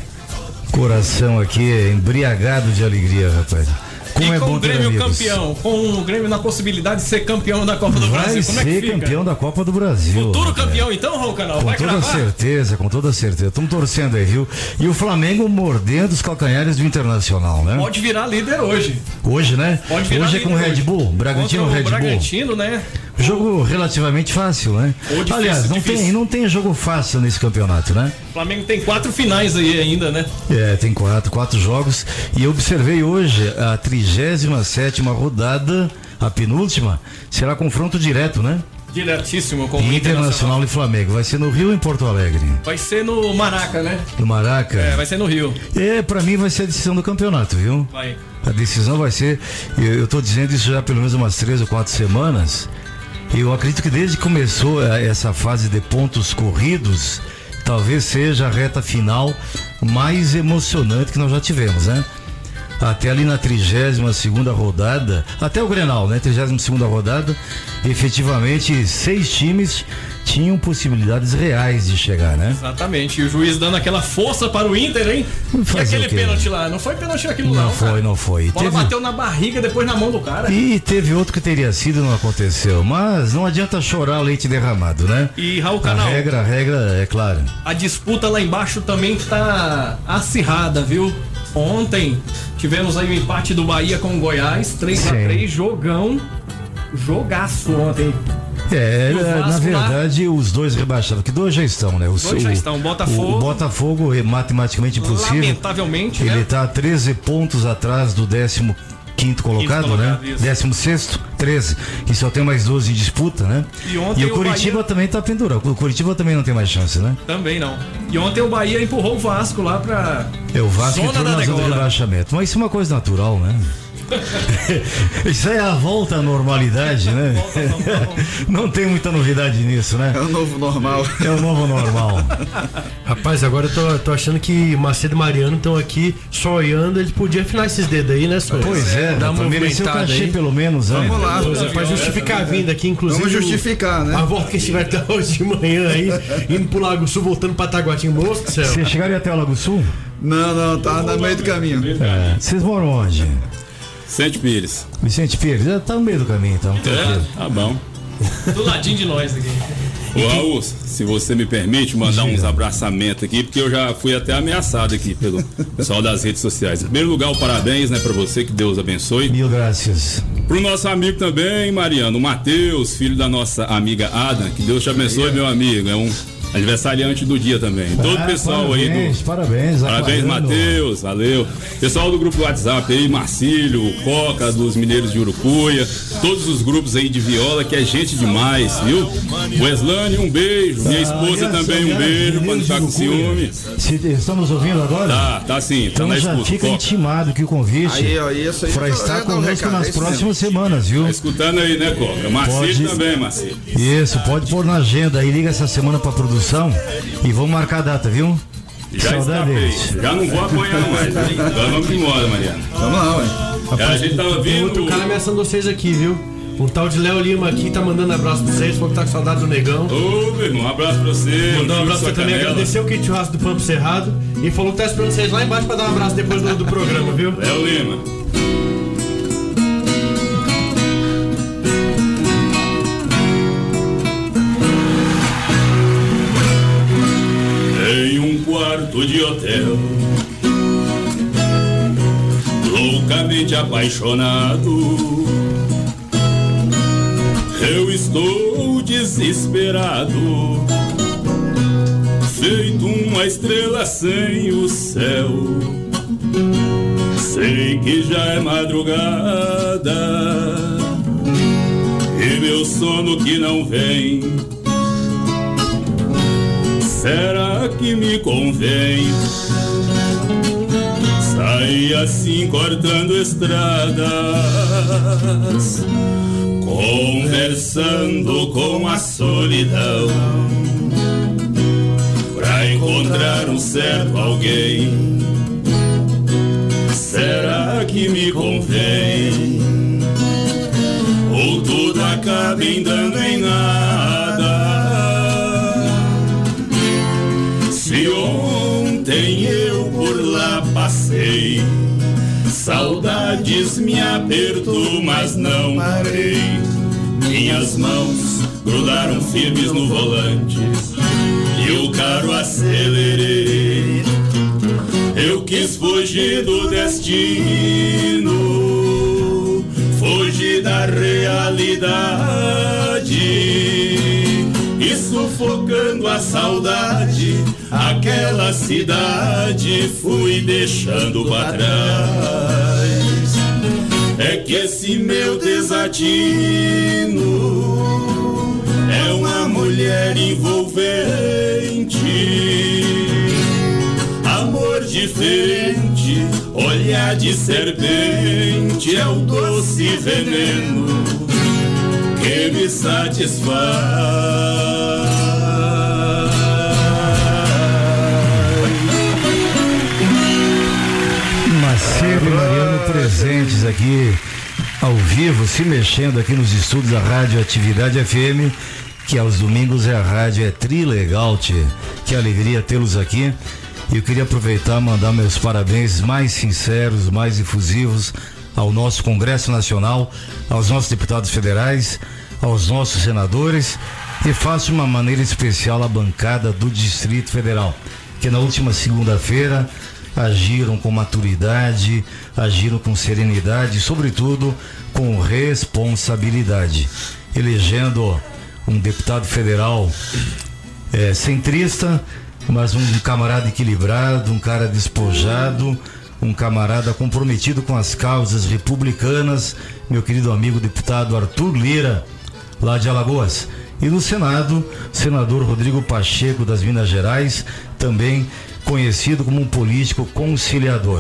Coração aqui é embriagado de alegria, rapaz. Como e é com bom o ter Grêmio amigos. campeão, com o Grêmio na possibilidade de ser campeão da Copa do Vai Brasil, como é que ser fica? campeão da Copa do Brasil. Futuro rapaz. campeão então, Raul Canal, Com vai toda cravar? certeza, com toda certeza. Estamos torcendo aí, viu? E o Flamengo mordendo os calcanhares do Internacional, né? Pode virar líder hoje. Hoje, né? Pode virar hoje é com o líder Red hoje. Bull, Bragantino Contra o Red Bull. Bragantino, né? Jogo relativamente fácil, né? Ou difícil, Aliás, não difícil. tem, não tem jogo fácil nesse campeonato, né? O Flamengo tem quatro finais aí ainda, né? É, tem quatro, quatro jogos. E eu observei hoje a trigésima sétima rodada, a penúltima, será confronto direto, né? Diretíssimo com o Internacional e Flamengo. Vai ser no Rio ou em Porto Alegre? Vai ser no Maraca, né? No Maraca? É, vai ser no Rio. É, pra mim vai ser a decisão do campeonato, viu? Vai. A decisão vai ser, eu, eu tô dizendo isso já há pelo menos umas três ou quatro semanas. Eu acredito que desde que começou a, essa fase de pontos corridos, talvez seja a reta final mais emocionante que nós já tivemos, né? Até ali na trigésima segunda rodada, até o Grenal, né? trigésima segunda rodada, efetivamente seis times tinham possibilidades reais de chegar, né? Exatamente. E o juiz dando aquela força para o Inter, hein? E Fazer aquele o quê? pênalti lá? Não foi pênalti aquilo, não. Não foi, cara. não foi. A bola Teve- bateu na barriga, depois na mão do cara. E teve outro que teria sido e não aconteceu. Mas não adianta chorar o leite derramado, né? E Raul A Canal, regra, a regra é clara. a disputa lá embaixo também está acirrada, viu? Ontem tivemos aí o empate do Bahia com o Goiás, três a três, jogão, jogaço ontem. É, E o Vasco na lá? verdade, os dois rebaixados, que dois já estão, né? Os Dois já estão, o Botafogo- O, Botafogo é matematicamente impossível. Lamentavelmente, Ele né? está a treze pontos atrás do décimo quinto colocado, colocado, né? isso. décimo sexto, treze. E só tem mais doze em disputa, né? E ontem o o Curitiba Bahia- também tá pendurado. O Curitiba também não tem mais chance, né? Também não. E ontem o Bahia empurrou o Vasco lá pra É o Vasco zona entrou da na zona de degola. rebaixamento. Mas isso é uma coisa natural, né? Isso é a volta à normalidade, né? Não tem muita novidade nisso, né? É o novo normal. É o novo normal. Rapaz, agora eu tô, tô achando que Macedo e Mariano estão aqui sonhando, eles podiam afinar esses dedos aí, né, senhor? Pois é, dá uma mereceu o cachê aí. Pelo menos, né? Vamos lá. Pois é, pra justificar a vinda aqui, inclusive. Vamos justificar, né? A volta que estiver até hoje de manhã aí, indo pro Lago Sul, voltando pra Taguatinga, moço do céu. Vocês chegaram até o Lago Sul? Não, não, tá no meio do caminho. É. Vocês moram onde? Vicente Pires. Vicente Pires, já tá no meio do caminho, então. É, tá bom. Do ladinho de nós aqui. Ô Raul, se você me permite mandar uns abraçamentos aqui, porque eu já fui até ameaçado aqui pelo pessoal das redes sociais. Em primeiro lugar, o parabéns, né, pra você, que Deus abençoe. Mil graças. Pro nosso amigo também, Mariano, o Matheus, filho da nossa amiga Ada, que Deus te abençoe, meu amigo. É um aniversariante do dia também. Todo o ah, pessoal parabéns, aí do. Parabéns, Parabéns, Matheus, valeu. Pessoal do grupo do WhatsApp aí, Marcílio, Coca, dos Mineiros de Urucuia, todos os grupos aí de viola, que é gente demais, viu? Weslane, um beijo. Minha esposa ah, também, um beijo, quando tá com ciúme. Se, estamos ouvindo agora? Tá, tá sim, tá então na já escuta. Fica Coca. intimado que o convite aí, ó, isso aí para estar conosco nas próximas semanas, viu? Tá escutando aí, né, Coca? Marcílio também, Marcílio. Isso, pode pôr na agenda aí, liga essa semana pra produção e vamos marcar a data, viu? Já escapei, já não vou apanhar mais, né? Então vamos embora, Mariano. Vamos lá, ué. Rapaz, a gente tava tem vindo. outro cara ameaçando vocês aqui, viu? Um tal de Léo Lima aqui tá mandando abraço pra vocês, falou que tá com saudade do negão. Ô, meu irmão, um abraço pra você. Mandou um abraço pra você também, agradeceu o kit churrasco do Pampo Cerrado e falou que tá esperando vocês lá embaixo pra dar um abraço depois do, do programa, viu? Léo Lima. Em um quarto de hotel, loucamente apaixonado, eu estou desesperado, feito uma estrela sem o céu. Sei que já é madrugada e meu sono que não vem. Será que me convém sair assim cortando estradas, conversando com a solidão, pra encontrar um certo alguém? Será que me convém? Ou tudo acaba em dando em nada? Se ontem eu por lá passei, saudades me apertou, mas não parei. Minhas mãos grudaram firmes no volante e o carro acelerei. Eu quis fugir do destino, fugir da realidade, e sufocando a saudade, aquela cidade fui deixando pra trás. É que esse meu desatino é uma mulher envolvente, amor diferente, olhar de serpente, é o doce veneno que me satisfaz. Macedo e Mariano presentes aqui ao vivo, se mexendo aqui nos estúdios da Rádio Atividade F M, que aos domingos é a rádio, é trilegal, tchê. Que alegria tê-los aqui. E eu queria aproveitar e mandar meus parabéns mais sinceros, mais efusivos ao nosso Congresso Nacional, aos nossos deputados federais, aos nossos senadores, e faço de uma maneira especial a bancada do Distrito Federal, que na última segunda-feira agiram com maturidade, agiram com serenidade e, sobretudo, com responsabilidade, elegendo um deputado federal é, centrista, mas um camarada equilibrado, um cara despojado, um camarada comprometido com as causas republicanas, meu querido amigo deputado Arthur Lira, lá de Alagoas. E no Senado, senador Rodrigo Pacheco, das Minas Gerais, também conhecido como um político conciliador.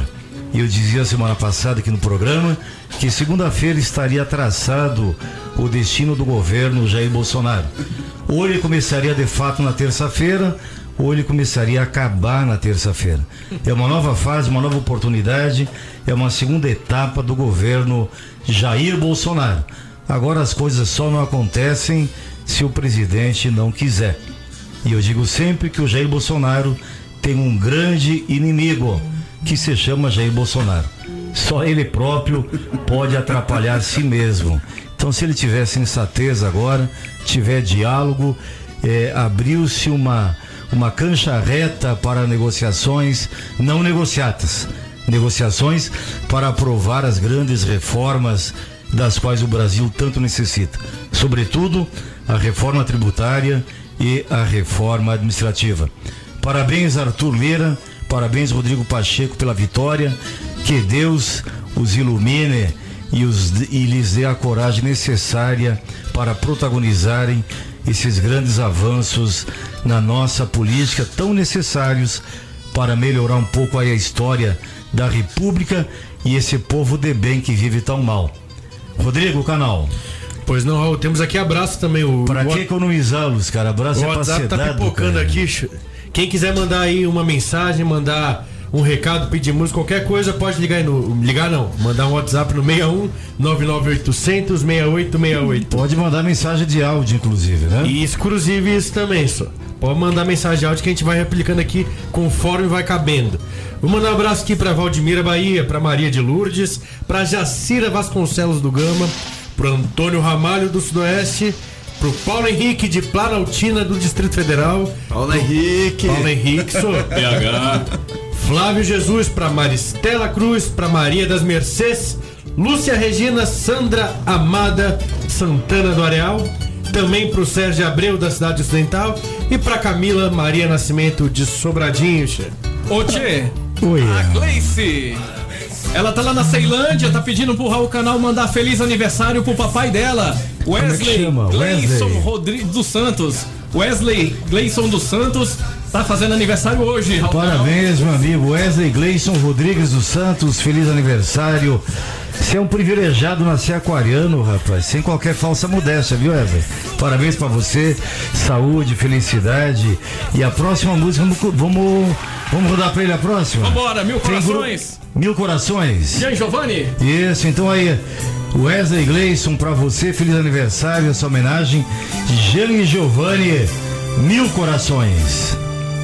E eu dizia semana passada aqui no programa que segunda-feira estaria traçado o destino do governo Jair Bolsonaro. Ou ele começaria de fato na terça-feira, ou ele começaria a acabar na terça-feira. É uma nova fase, uma nova oportunidade, é uma segunda etapa do governo Jair Bolsonaro. Agora as coisas só não acontecem se o presidente não quiser. E eu digo sempre que o Jair Bolsonaro tem um grande inimigo, que se chama Jair Bolsonaro. Só ele próprio pode atrapalhar a si mesmo. Então, se ele tiver sensatez agora, tiver diálogo, é, abriu-se uma, uma cancha reta para negociações não negociadas. Negociações para aprovar as grandes reformas das quais o Brasil tanto necessita. Sobretudo, a reforma tributária e a reforma administrativa. Parabéns, Arthur Lira. Parabéns, Rodrigo Pacheco, pela vitória. Que Deus os ilumine e, os, e lhes dê a coragem necessária para protagonizarem esses grandes avanços na nossa política, tão necessários para melhorar um pouco aí a história da República e esse povo de bem que vive tão mal. Rodrigo, canal. Pois não, Raul, temos aqui abraço também. O, pra o, que economizá-los, cara? Abraço o é pra WhatsApp ser tá dado, pipocando cara. aqui. Quem quiser mandar aí uma mensagem, mandar um recado, pedir música, qualquer coisa, pode ligar aí no. Ligar não, mandar um WhatsApp no seis um nove nove oito zero zero seis oito seis oito. Pode mandar mensagem de áudio, inclusive, né? E exclusive isso também, só. Pode mandar mensagem de áudio que a gente vai replicando aqui conforme vai cabendo. Vou mandar um abraço aqui pra Valdemira Bahia, pra Maria de Lourdes, pra Jacira Vasconcelos do Gama, pro Antônio Ramalho do Sudoeste, pro Paulo Henrique de Planaltina do Distrito Federal. Paulo Henrique. Paulo Henrique, sou. P H. Flávio Jesus, pra Maristela Cruz, pra Maria das Mercês, Lúcia Regina, Sandra Amada Santana do Areal, também pro Sérgio Abreu da Cidade Ocidental e pra Camila Maria Nascimento de Sobradinho, che. Ô Tchê, Oi. a Gleice, ela tá lá na Ceilândia, tá pedindo pro Raul Canal mandar feliz aniversário pro papai dela, Wesley Gleison Rodrigues dos Santos. Wesley Gleison dos Santos tá fazendo aniversário hoje, Raul Parabéns, meu amigo Wesley Gleison Rodrigues dos Santos, feliz aniversário. Você é um privilegiado nascer aquariano, rapaz, sem qualquer falsa modéstia, viu, Wesley? Parabéns pra você, saúde, felicidade. E a próxima música, vamos, vamos, vamos rodar pra ele a próxima? Vambora, Mil Tem Corações. gru... Mil Corações. Jean Giovanni. Isso, então aí, Wesley Gleison pra você, feliz aniversário, essa homenagem, Jean e Giovanni, Mil Corações.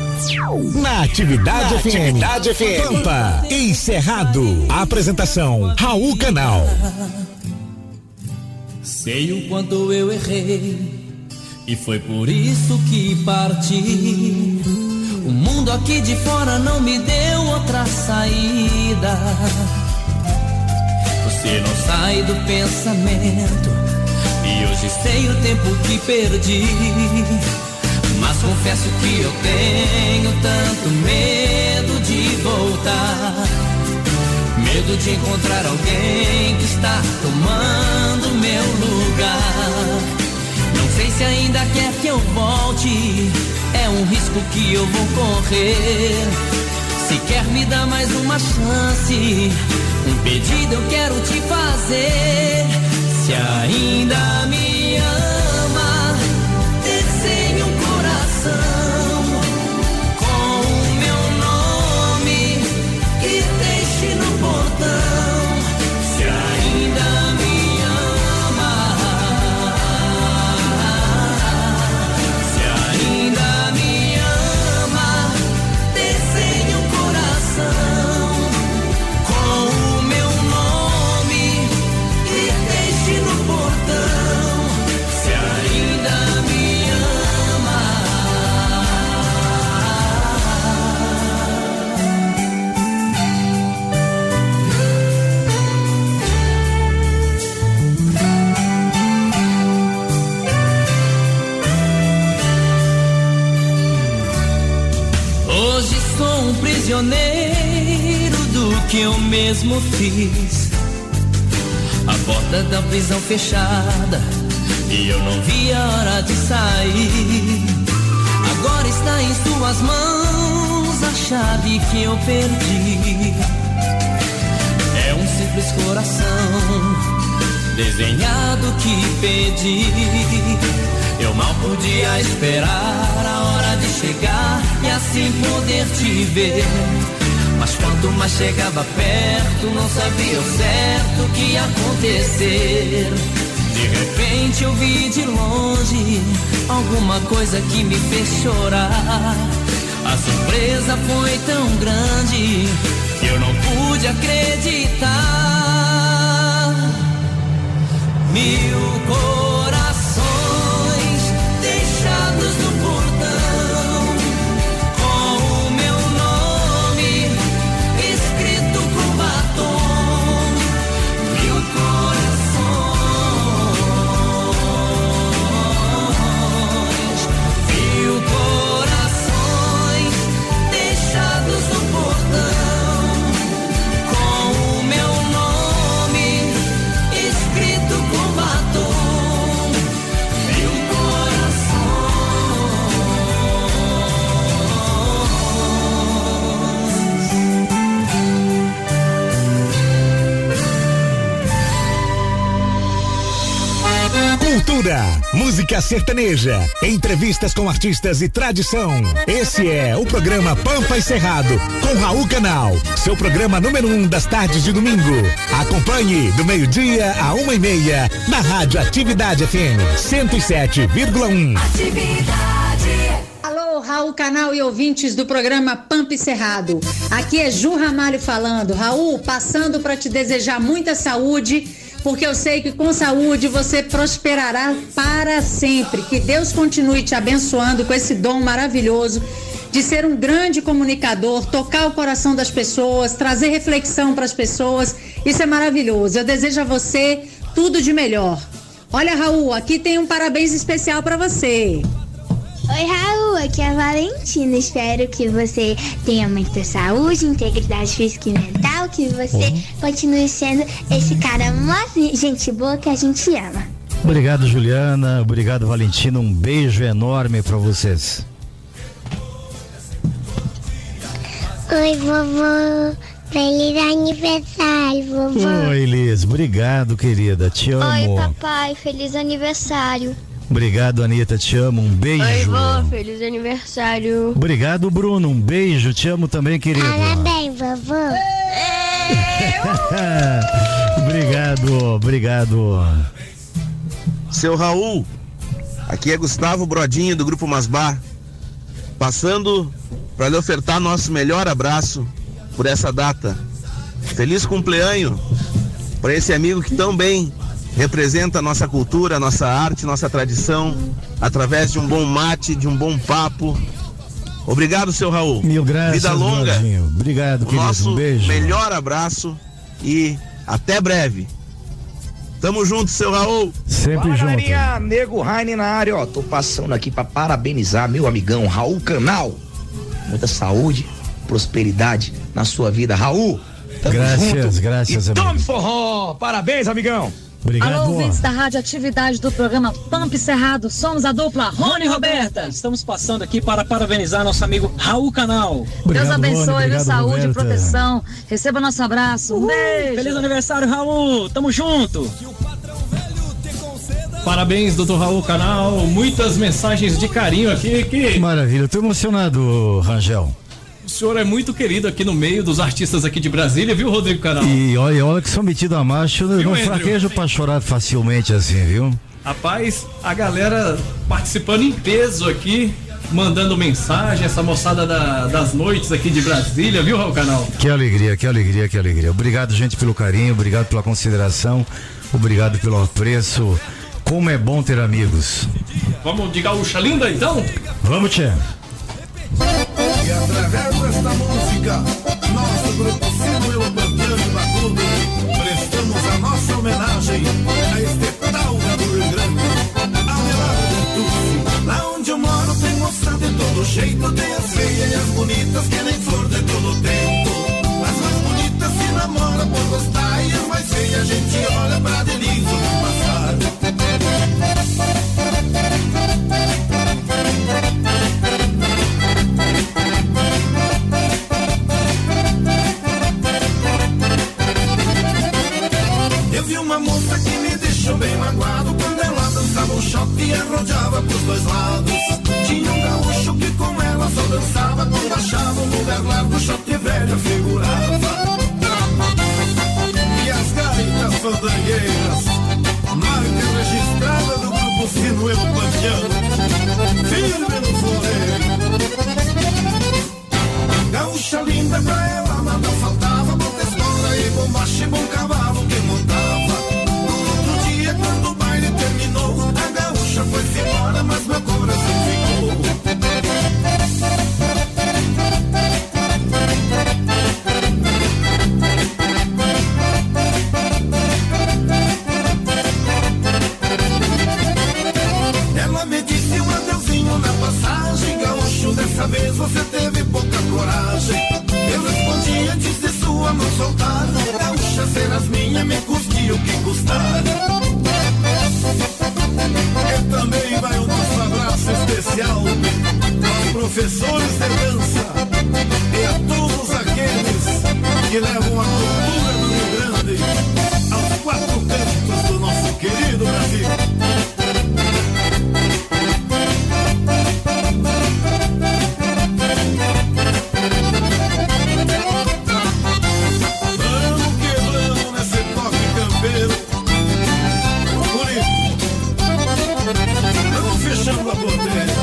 Na Atividade, Na F M, Atividade F M, Pampa, encerrado. Apresentação, Raul Canal. Sei o quanto eu errei e foi por isso que parti. O mundo aqui de fora não me deu outra saída. Você não sai do pensamento e hoje sei o tempo que perdi. Mas confesso que eu tenho tanto medo de voltar. Medo de encontrar alguém que está tomando meu lugar. Não sei se ainda quer que eu volte, é um risco que eu vou correr. Se quer me dar mais uma chance, um pedido eu quero te fazer. Se ainda me ama, desenhe um coração com o meu nome e deixe no portão. Se ainda me ama, se ainda me ama, desenhe um coração com o meu nome e deixe no portão. Se ainda me ama. Hoje sou um prisioneiro do que eu mesmo fiz. A porta da prisão fechada e eu não vi a hora de sair. Agora está em suas mãos a chave que eu perdi. É um simples coração desenhado que pedi. Eu mal podia esperar a hora de chegar e assim poder te ver. Mas quanto mais chegava perto, não sabia o certo o que ia acontecer. De repente eu vi de longe alguma coisa que me fez chorar. A surpresa foi tão grande que eu não pude acreditar. Mil corações deixados no portão, com o meu nome escrito com batom. Mil corações, mil corações deixados no portão, com o meu nome escrito com batom. Mil Cultura, música sertaneja, entrevistas com artistas e tradição. Esse é o programa Pampa e Cerrado, com Raul Canal, seu programa número um das tardes de domingo. Acompanhe do meio-dia a uma e meia, na Rádio Atividade F M, cento e sete vírgula um. Alô, Raul Canal e ouvintes do programa Pampa e Cerrado. Aqui é Ju Ramalho falando. Raul, passando para te desejar muita saúde, porque eu sei que com saúde você prosperará para sempre. Que Deus continue te abençoando com esse dom maravilhoso de ser um grande comunicador, tocar o coração das pessoas, trazer reflexão para as pessoas. Isso é maravilhoso. Eu desejo a você tudo de melhor. Olha, Raul, aqui tem um parabéns especial para você. Oi, Raul, aqui é a Valentina. Espero que você tenha muita saúde, integridade física e mental, que você uhum. continue sendo esse cara mó gente boa que a gente ama. Obrigado, Juliana. Obrigado, Valentina. Um beijo enorme para vocês. Oi, vovô. Feliz aniversário, vovô. Oi, Liz. Obrigado, querida. Te amo. Oi, papai. Feliz aniversário. Obrigado, Anitta, te amo, um beijo. Oi, vó, feliz aniversário. Obrigado, Bruno, um beijo, te amo também, querido. Parabéns, vovô. Obrigado, obrigado. Seu Raul, aqui é Gustavo Brodinho do Grupo Masbar, passando para lhe ofertar nosso melhor abraço por essa data. Feliz cumpleaños para esse amigo que tão bem representa a nossa cultura, a nossa arte, nossa tradição, através de um bom mate, de um bom papo. Obrigado, seu Raul. Mil graças. Vida longa. Brodinho. Obrigado, querido. Nosso um beijo. melhor abraço e até breve. Tamo junto, seu Raul. Sempre Fala, junto. Galerinha, Nego Raine na área, ó. Tô passando aqui pra parabenizar meu amigão Raul Canal. Muita saúde, prosperidade na sua vida, Raul. Tamo graças, junto. graças, e amigo. tome forró. Parabéns, amigão. Obrigado. Alô, ouvintes da Rádio Atividade do programa Pampa e Cerrado, somos a dupla Rony e Roberta. Estamos passando aqui para parabenizar nosso amigo Raul Canal. Obrigado, Deus abençoe, Rony, viu? Saúde e Roberta. proteção. Receba nosso abraço. Um beijo. Feliz aniversário, Raul. Tamo junto. Parabéns, doutor Raul Canal. Muitas mensagens de carinho aqui. Que... Maravilha, eu tô emocionado, Rangel. O senhor é muito querido aqui no meio dos artistas aqui de Brasília, viu, Rodrigo Canal? E olha, olha que sou metido a macho, eu não fraquejo pra chorar facilmente assim, viu? Rapaz, a galera participando em peso aqui, mandando mensagem, essa moçada da, das noites aqui de Brasília, viu, Raul Canal? Que alegria, que alegria, que alegria. Obrigado, gente, pelo carinho, obrigado pela consideração, obrigado pelo apreço. Como é bom ter amigos. Vamos de gaúcha linda, então? Vamos, tchê. E através desta música, nosso grupo Sino e o Pantano Magundo, prestamos a nossa homenagem a este Taura do Rio Grande, ao Melado do Tuxi. Lá onde eu moro tem moça de todo jeito, tem as feias e as bonitas que nem flor de todo tempo. As mais bonitas se namoram por gostar e as mais feias a gente olha pra delícia no passado. dois lados. Tinha um gaúcho que com ela só dançava quando achava um lugar largo, o shot velho figurava. E as gaitas fandangueiras, marca registrada do grupo Sinuelo Pampiano, firme no floreio. Gaúcha linda pra ela nada faltava, bom testoura e bombacha e bom cavalo que montava. No outro dia quando o baile terminou, a gaúcha foi-se embora, mas meu coração ficou. Ela me disse um adeuzinho na passagem, gaúcho, dessa vez você teve pouca coragem. Eu respondi antes de sua mão soltar, gaúcha, serás minha, me custe o que custar. E também vai o nosso abraço especial aos professores de dança e a todos aqueles que levam a cultura do Rio Grande aos quatro cantos do nosso querido Brasil. Vamos quebrando nesse toque campeiro, bonito. Vamos fechando a porteira.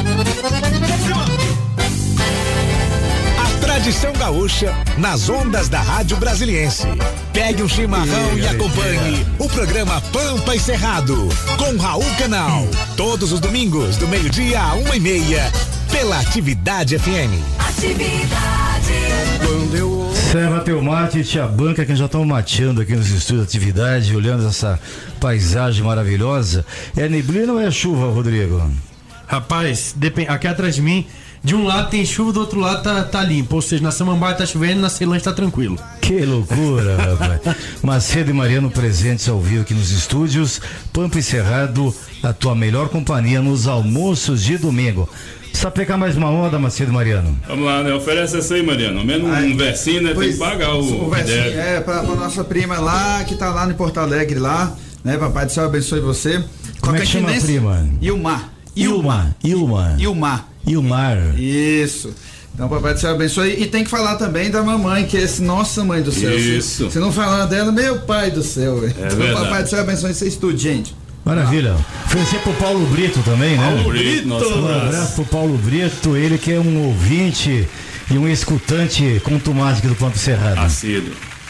A tradição gaúcha nas ondas da Rádio Brasiliense. Pegue um chimarrão e, e acompanhe o programa Pampa e Cerrado com Raul Canal. Todos os domingos, do meio-dia a uma e meia, pela Atividade F M. Atividade. Quando eu... Serra teu mate e tia Banca, que já estão mateando aqui nos estúdios de Atividade, olhando essa paisagem maravilhosa. É neblina ou é chuva, Rodrigo? Rapaz, depend... aqui atrás de mim, de um lado tem chuva, do outro lado tá, tá limpo. Ou seja, na Samambaia tá chovendo e na Ceilândia tá tranquilo. Que loucura, rapaz. Macedo e Mariano presentes ao vivo aqui nos estúdios. Pampa e Cerrado, a tua melhor companhia nos almoços de domingo. Precisa pegar mais uma onda, Macedo e Mariano? Vamos lá, né? Oferece essa aí, Mariano. Ao menos um versinho, né? Tem que pagar o, o versinho, é, pra, pra nossa prima lá, que tá lá no Porto Alegre lá, né? Papai do céu abençoe você. Como é que chama a prima? Ilmar. Ilma. Ilma. Ilmar. Ilmar. Isso. Então, papai do céu abençoe. E tem que falar também da mamãe, que é esse, nossa mãe do céu. Isso. Se, se não falar dela, meu pai do céu, velho. É então, verdade. papai do céu abençoe vocês tudo, gente. Maravilha. Oferecer pro Paulo Brito também, né? Paulo Brito, nossa, um abraço pro Paulo Brito, ele que é um ouvinte e um escutante contumaz aqui do Pampa e Cerrado. Assíduo.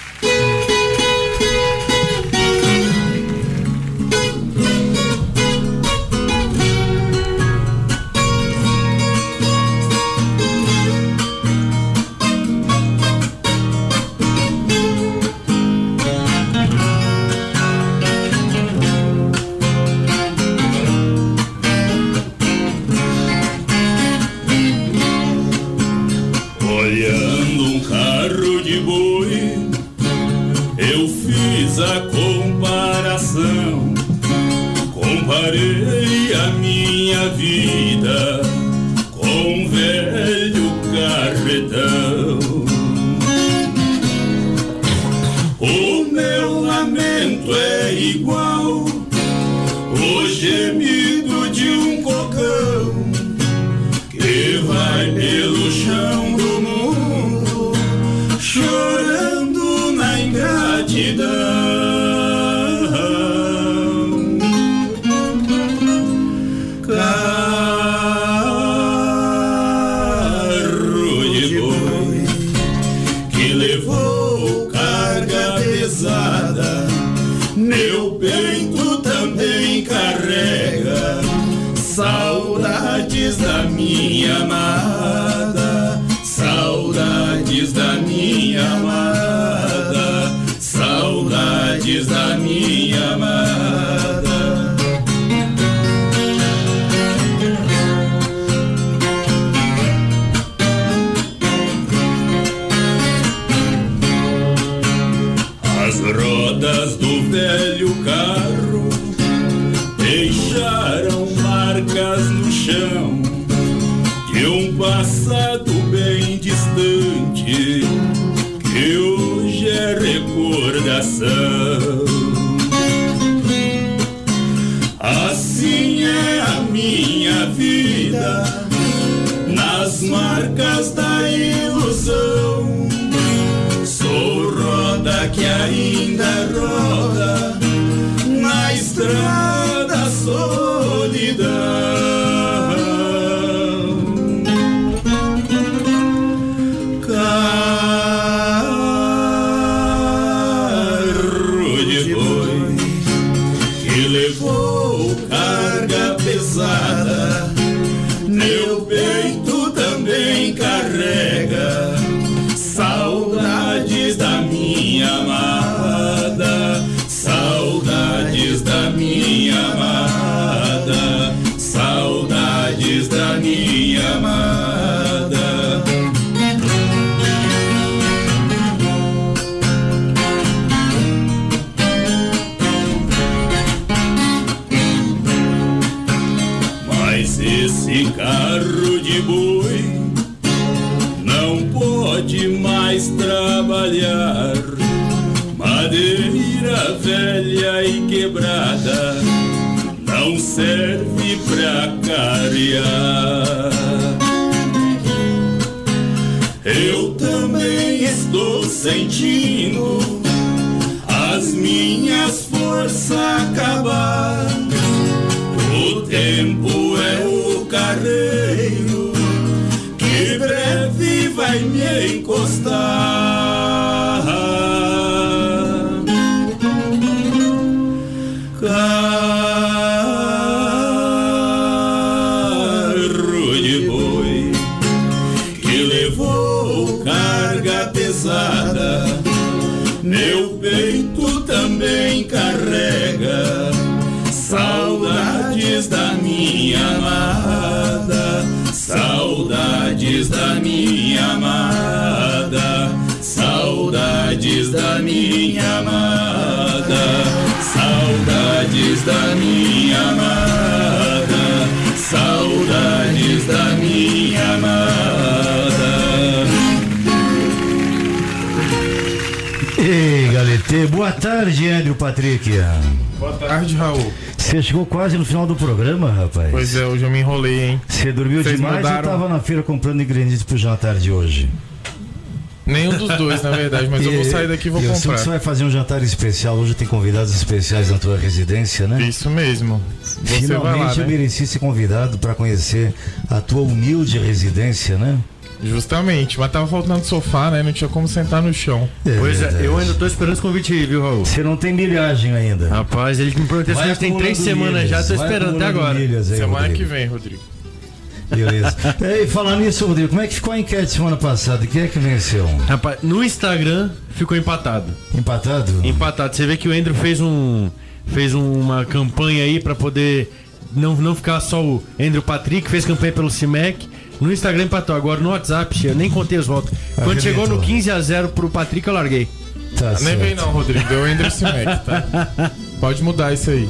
Olhando um carro de boi, eu fiz a comparação. Comparei a minha vida com um velho carretão. O meu lamento é igual o gemido de um cocão que vai pelo chão do mundo, chorando na ingratidão. Carro de boi que levou carga pesada, meu peito também carrega saudades da minha amada, saudades da minha amada, saudades da minha amada. As rodas do velho carro deixaram marcas no chão de um passado bem distante que hoje é recordação. Assim é a minha vida nas marcas da ilusão. Sou roda que ainda roda na estrada solidão. Meu peito também carrega saudades da minha amada, saudades da minha amada, saudades da minha amada. Esse carro de boi não pode mais trabalhar, madeira velha e quebrada não serve pra carear. Eu também estou sentindo as minhas forças acabar. O tempo é o carreiro que breve vai me encostar. Carro de boi que levou carga pesada, meu peito também carrega saudades da minha amada, saudades da minha amada, saudades da minha amada, saudades da minha amada, saudades da minha amada. Ei, Galete, boa tarde, Andrew Patrick. Boa tarde, Raul. Você chegou quase no final do programa, rapaz. Pois é, hoje eu me enrolei, hein? Você dormiu Vocês demais mudaram... ou tava na feira comprando ingredientes pro jantar de hoje? Nenhum dos dois, na verdade, mas e, eu vou sair daqui e vou eu comprar. Sei que você vai fazer um jantar especial, hoje tem convidados especiais na tua residência, né? Isso mesmo. Você Finalmente vai lá, eu né? mereci ser convidado para conhecer a tua humilde residência, né? Justamente, mas tava faltando sofá, né? Não tinha como sentar no chão. É, pois é, eu ainda tô esperando esse convite aí, viu, Raul? Você não tem milhagem ainda. Rapaz, ele me perguntou se tem três semanas milhas, já, tô esperando até agora. Aí, semana Rodrigo. que vem, Rodrigo. Beleza. E falando nisso, Rodrigo, como é que ficou a enquete semana passada? Quem é que venceu? Rapaz, no Instagram ficou empatado. Empatado? Empatado. Você vê que o Andrew fez um fez uma campanha aí pra poder não, não ficar só o Andrew Patrick, fez campanha pelo Cimec. No Instagram empatou, agora no WhatsApp, eu nem contei os votos. Quando chegou no quinze a zero pro Patrick, eu larguei. Tá nem vem não, Rodrigo, deu Andrew Cimec, tá? Pode mudar isso aí.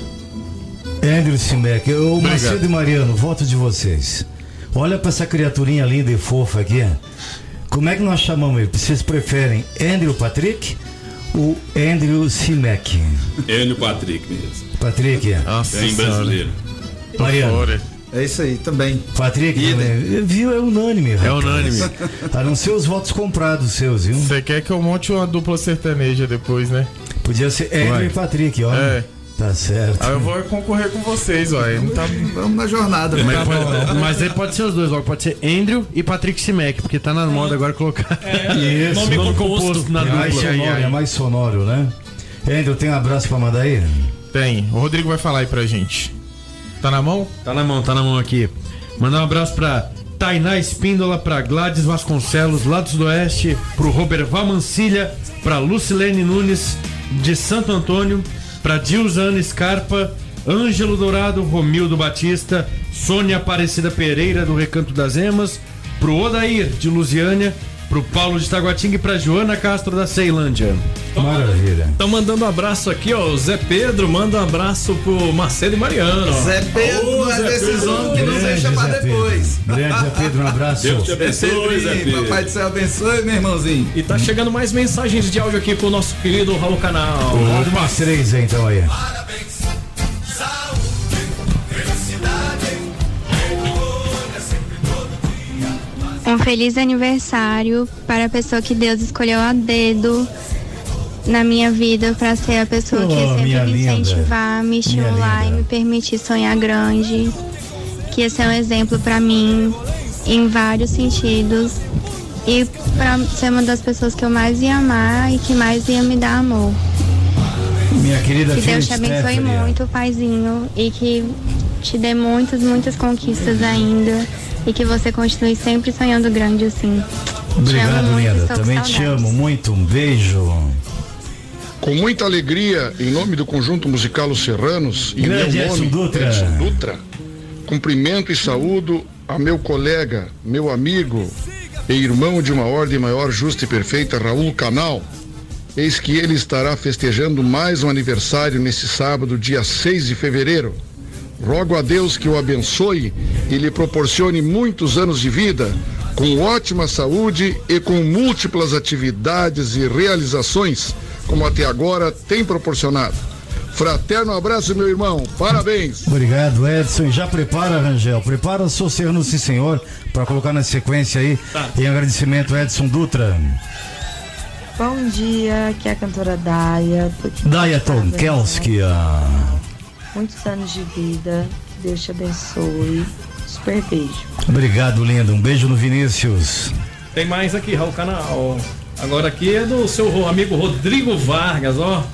Andrew Cimec, o Macedo e Mariano, voto de vocês. Olha pra essa criaturinha linda e fofa aqui. Como é que nós chamamos ele? Vocês preferem Andrew Patrick ou Andrew Cimec? Andrew Patrick mesmo. Patrick? Nossa, bem brasileiro. Mariano. É isso aí, também. Patrick, também. Viu? É unânime. É unânime. A não ser os votos comprados seus, viu? Você quer que eu monte uma dupla sertaneja depois, né? Podia ser Andrew e Patrick, ó. É. Tá certo. Aí eu vou concorrer com vocês, ó. Tá... Vamos na jornada. Mas, tá pode, mas aí pode ser os dois, logo. Pode ser Andrew e Patrick Cimec, porque tá na moda agora colocar é, isso, nome, nome composto na é dupla. Mais sonoro, é mais sonoro, né? Andrew, tem um abraço pra mandar aí? Tem. O Rodrigo vai falar aí pra gente. Tá na mão? Tá na mão, tá na mão aqui. Mandar um abraço pra Tainá Espíndola, pra Gladys Vasconcelos, lá do Sudoeste, pro Robert Vamancilha, pra Lucilene Nunes, de Santo Antônio, pra Dilzana Scarpa, Ângelo Dourado, Romildo Batista, Sônia Aparecida Pereira, do Recanto das Emas, pro Odair, de Lusiânia, pro Paulo de Taguatinga e pra Joana Castro, da Ceilândia. Maravilha. Estão mandando um abraço aqui, ó. O Zé Pedro manda um abraço pro Marcelo e Mariano. Ó. Zé Pedro, Ô, é Zé decisão Pedro. que não deixa pra depois. Grande Zé Pedro, um abraço. Deus te abençoe, Zé Pedro. Papai do céu abençoe, meu irmãozinho. E tá chegando mais mensagens de áudio aqui pro nosso querido Raul Canal. Manda umas três aí, então aí. Parabéns, saúde, felicidade, Um feliz aniversário para a pessoa que Deus escolheu a dedo na minha vida para ser a pessoa Oh, que sempre minha me linda. incentivar, me estimular e me permitir sonhar grande. Que ia ser um exemplo para mim em vários sentidos e para ser uma das pessoas que eu mais ia amar e que mais ia me dar amor. Minha querida Que filha Deus te abençoe Stephanie. muito, paizinho, e que te dê muitas, muitas conquistas ainda e que você continue sempre sonhando grande assim. Te Obrigado, amo muito, linda. estou com Também te saudades. amo muito. Um beijo. Com muita alegria, em nome do Conjunto Musical Os Serranos e Grande meu nome, Edson Dutra. Edson Dutra, cumprimento e saúdo a meu colega, meu amigo e irmão de uma ordem maior, justa e perfeita, Raul Canal. Eis que ele estará festejando mais um aniversário nesse sábado, dia seis de fevereiro. Rogo a Deus que o abençoe e lhe proporcione muitos anos de vida, com ótima saúde e com múltiplas atividades e realizações, como até agora tem proporcionado. Fraterno abraço, meu irmão. Parabéns. Obrigado, Edson. E já prepara, Rangel. Prepara Sou Serrano, sim, senhor, para colocar na sequência aí. Tá. Em agradecimento, Edson Dutra. Bom dia, aqui é a cantora Daya. Tô te Daya parabenizando. Tonkelski. Muitos anos de vida, Deus te abençoe. Super beijo. Obrigado, linda. Um beijo no Vinícius. Tem mais aqui, Raul Canal. Agora aqui é do seu amigo Rodrigo Vargas, ó.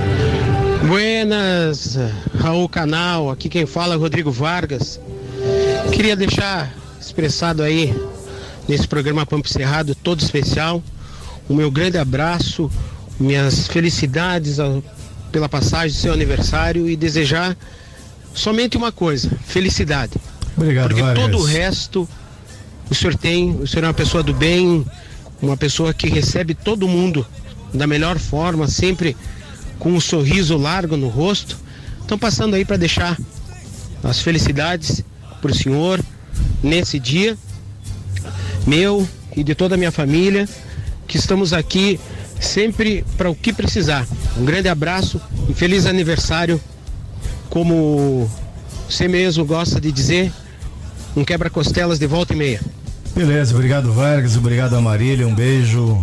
Buenas, Raul Canal, aqui quem fala é Rodrigo Vargas. Queria deixar expressado aí nesse programa Pampa Cerrado todo especial o meu grande abraço, minhas felicidades ao, pela passagem do seu aniversário e desejar somente uma coisa, felicidade. Obrigado, Porque Vargas. todo o resto o senhor tem, o senhor é uma pessoa do bem, uma pessoa que recebe todo mundo da melhor forma, sempre com um sorriso largo no rosto. Estão passando aí para deixar as felicidades para o senhor nesse dia, meu e de toda a minha família, que estamos aqui sempre para o que precisar. Um grande abraço e feliz aniversário, como você mesmo gosta de dizer, um quebra-costelas de volta e meia. Beleza, obrigado, Vargas. Obrigado a Marília. Um beijo.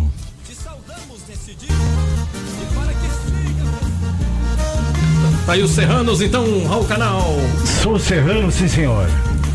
Tá aí os Serranos, então, Raul Canal. Sou Serrano, sim, senhor.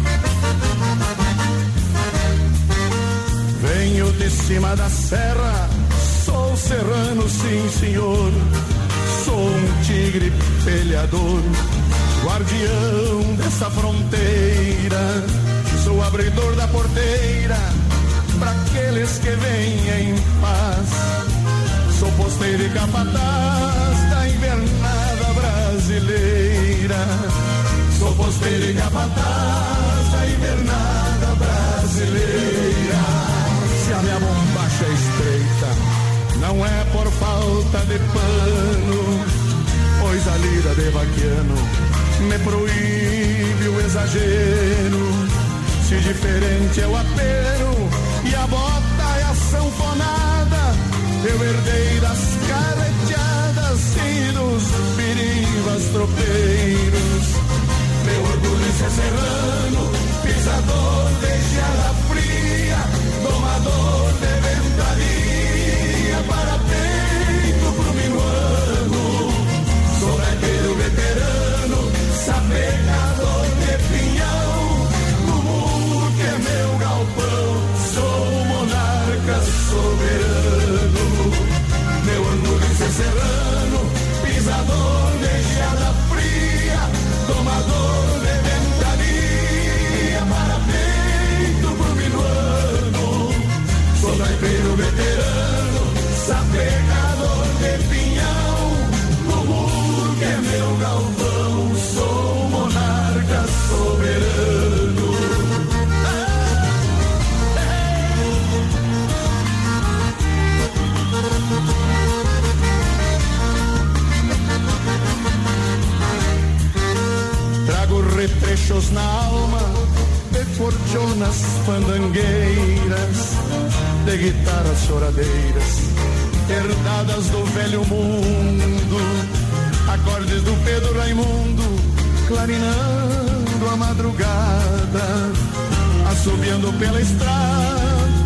Venho de cima da serra, sou serrano, sim senhor. Sou um tigre peleador, guardião dessa fronteira. Sou abridor da porteira para aqueles que vêm em paz. Sou posteiro e capataz da invernada brasileira. Sou posteiro e capataz da invernada brasileira. Se a minha bombacha é estreita, não é por falta de pano, pois a lira de vaquiano me proíbe o exagero. Se diferente é o apero e a bota é a sanfonada, eu herdei das carreteadas e dos pirivas tropeiros. Meu orgulho é ser serrano, pisador de geada fria, domador de ventania, para peito pro minuano. Sou gaiteiro veterano, sapecador de pinhão, no mundo que é meu galpão, sou o monarca soberano. Meu orgulho é ser serrano, pisador de geada fria, domador de ventania, para peito pro minuano. Sou gaiteiro veterano, sapecador de pinhão, no muro que é meu galpão, sou o monarca soberano. Trago retrechos na alma de forjonas fandangueiras, de guitarras choradeiras, herdadas do velho mundo, acordes do Pedro Raimundo, clarinando a madrugada, assobiando pela estrada,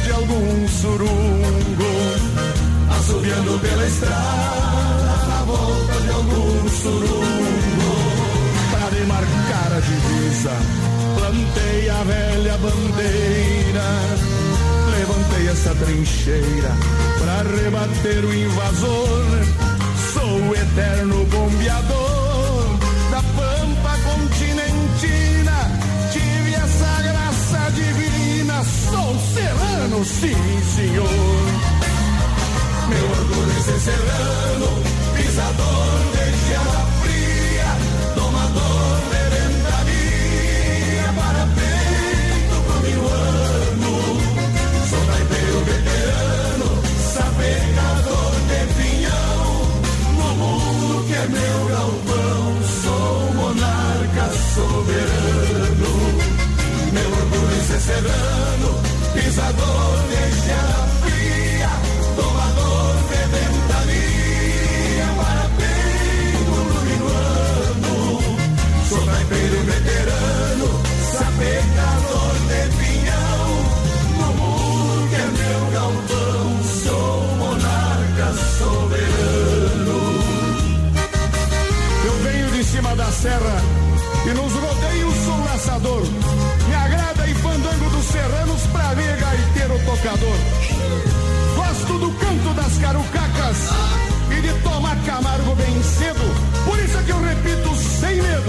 de algum surungo, assoviando pela estrada, na volta de algum surungo, para demarcar a divisa, plantei a velha bandeira, levantei essa trincheira para rebater o invasor. Sou o eterno bombeador da pampa continentina, tive essa graça divina, sou serrano, sim senhor. Meu orgulho é ser serrano, pisador de geada fria, domador de ventania, para peito pro minuano. Sou taipeiro veterano, sapecador de pinhão, no mundo que é meu galpão, sou monarca soberano. Meu orgulho é ser serrano, pisador de geada fria, domador de ventania, para peito pro minuano. Sou taipeiro veterano, sapecador de pinhão, no mundo que é meu galpão, sou monarca soberano. Eu venho de cima da serra e nos rodeios sou laçador. Me agrada e fandango dos serranos pra ver gaiteiro tocador. Gosto do canto das carucacas e de tomar Camargo bem cedo. Por isso é que eu repito sem medo,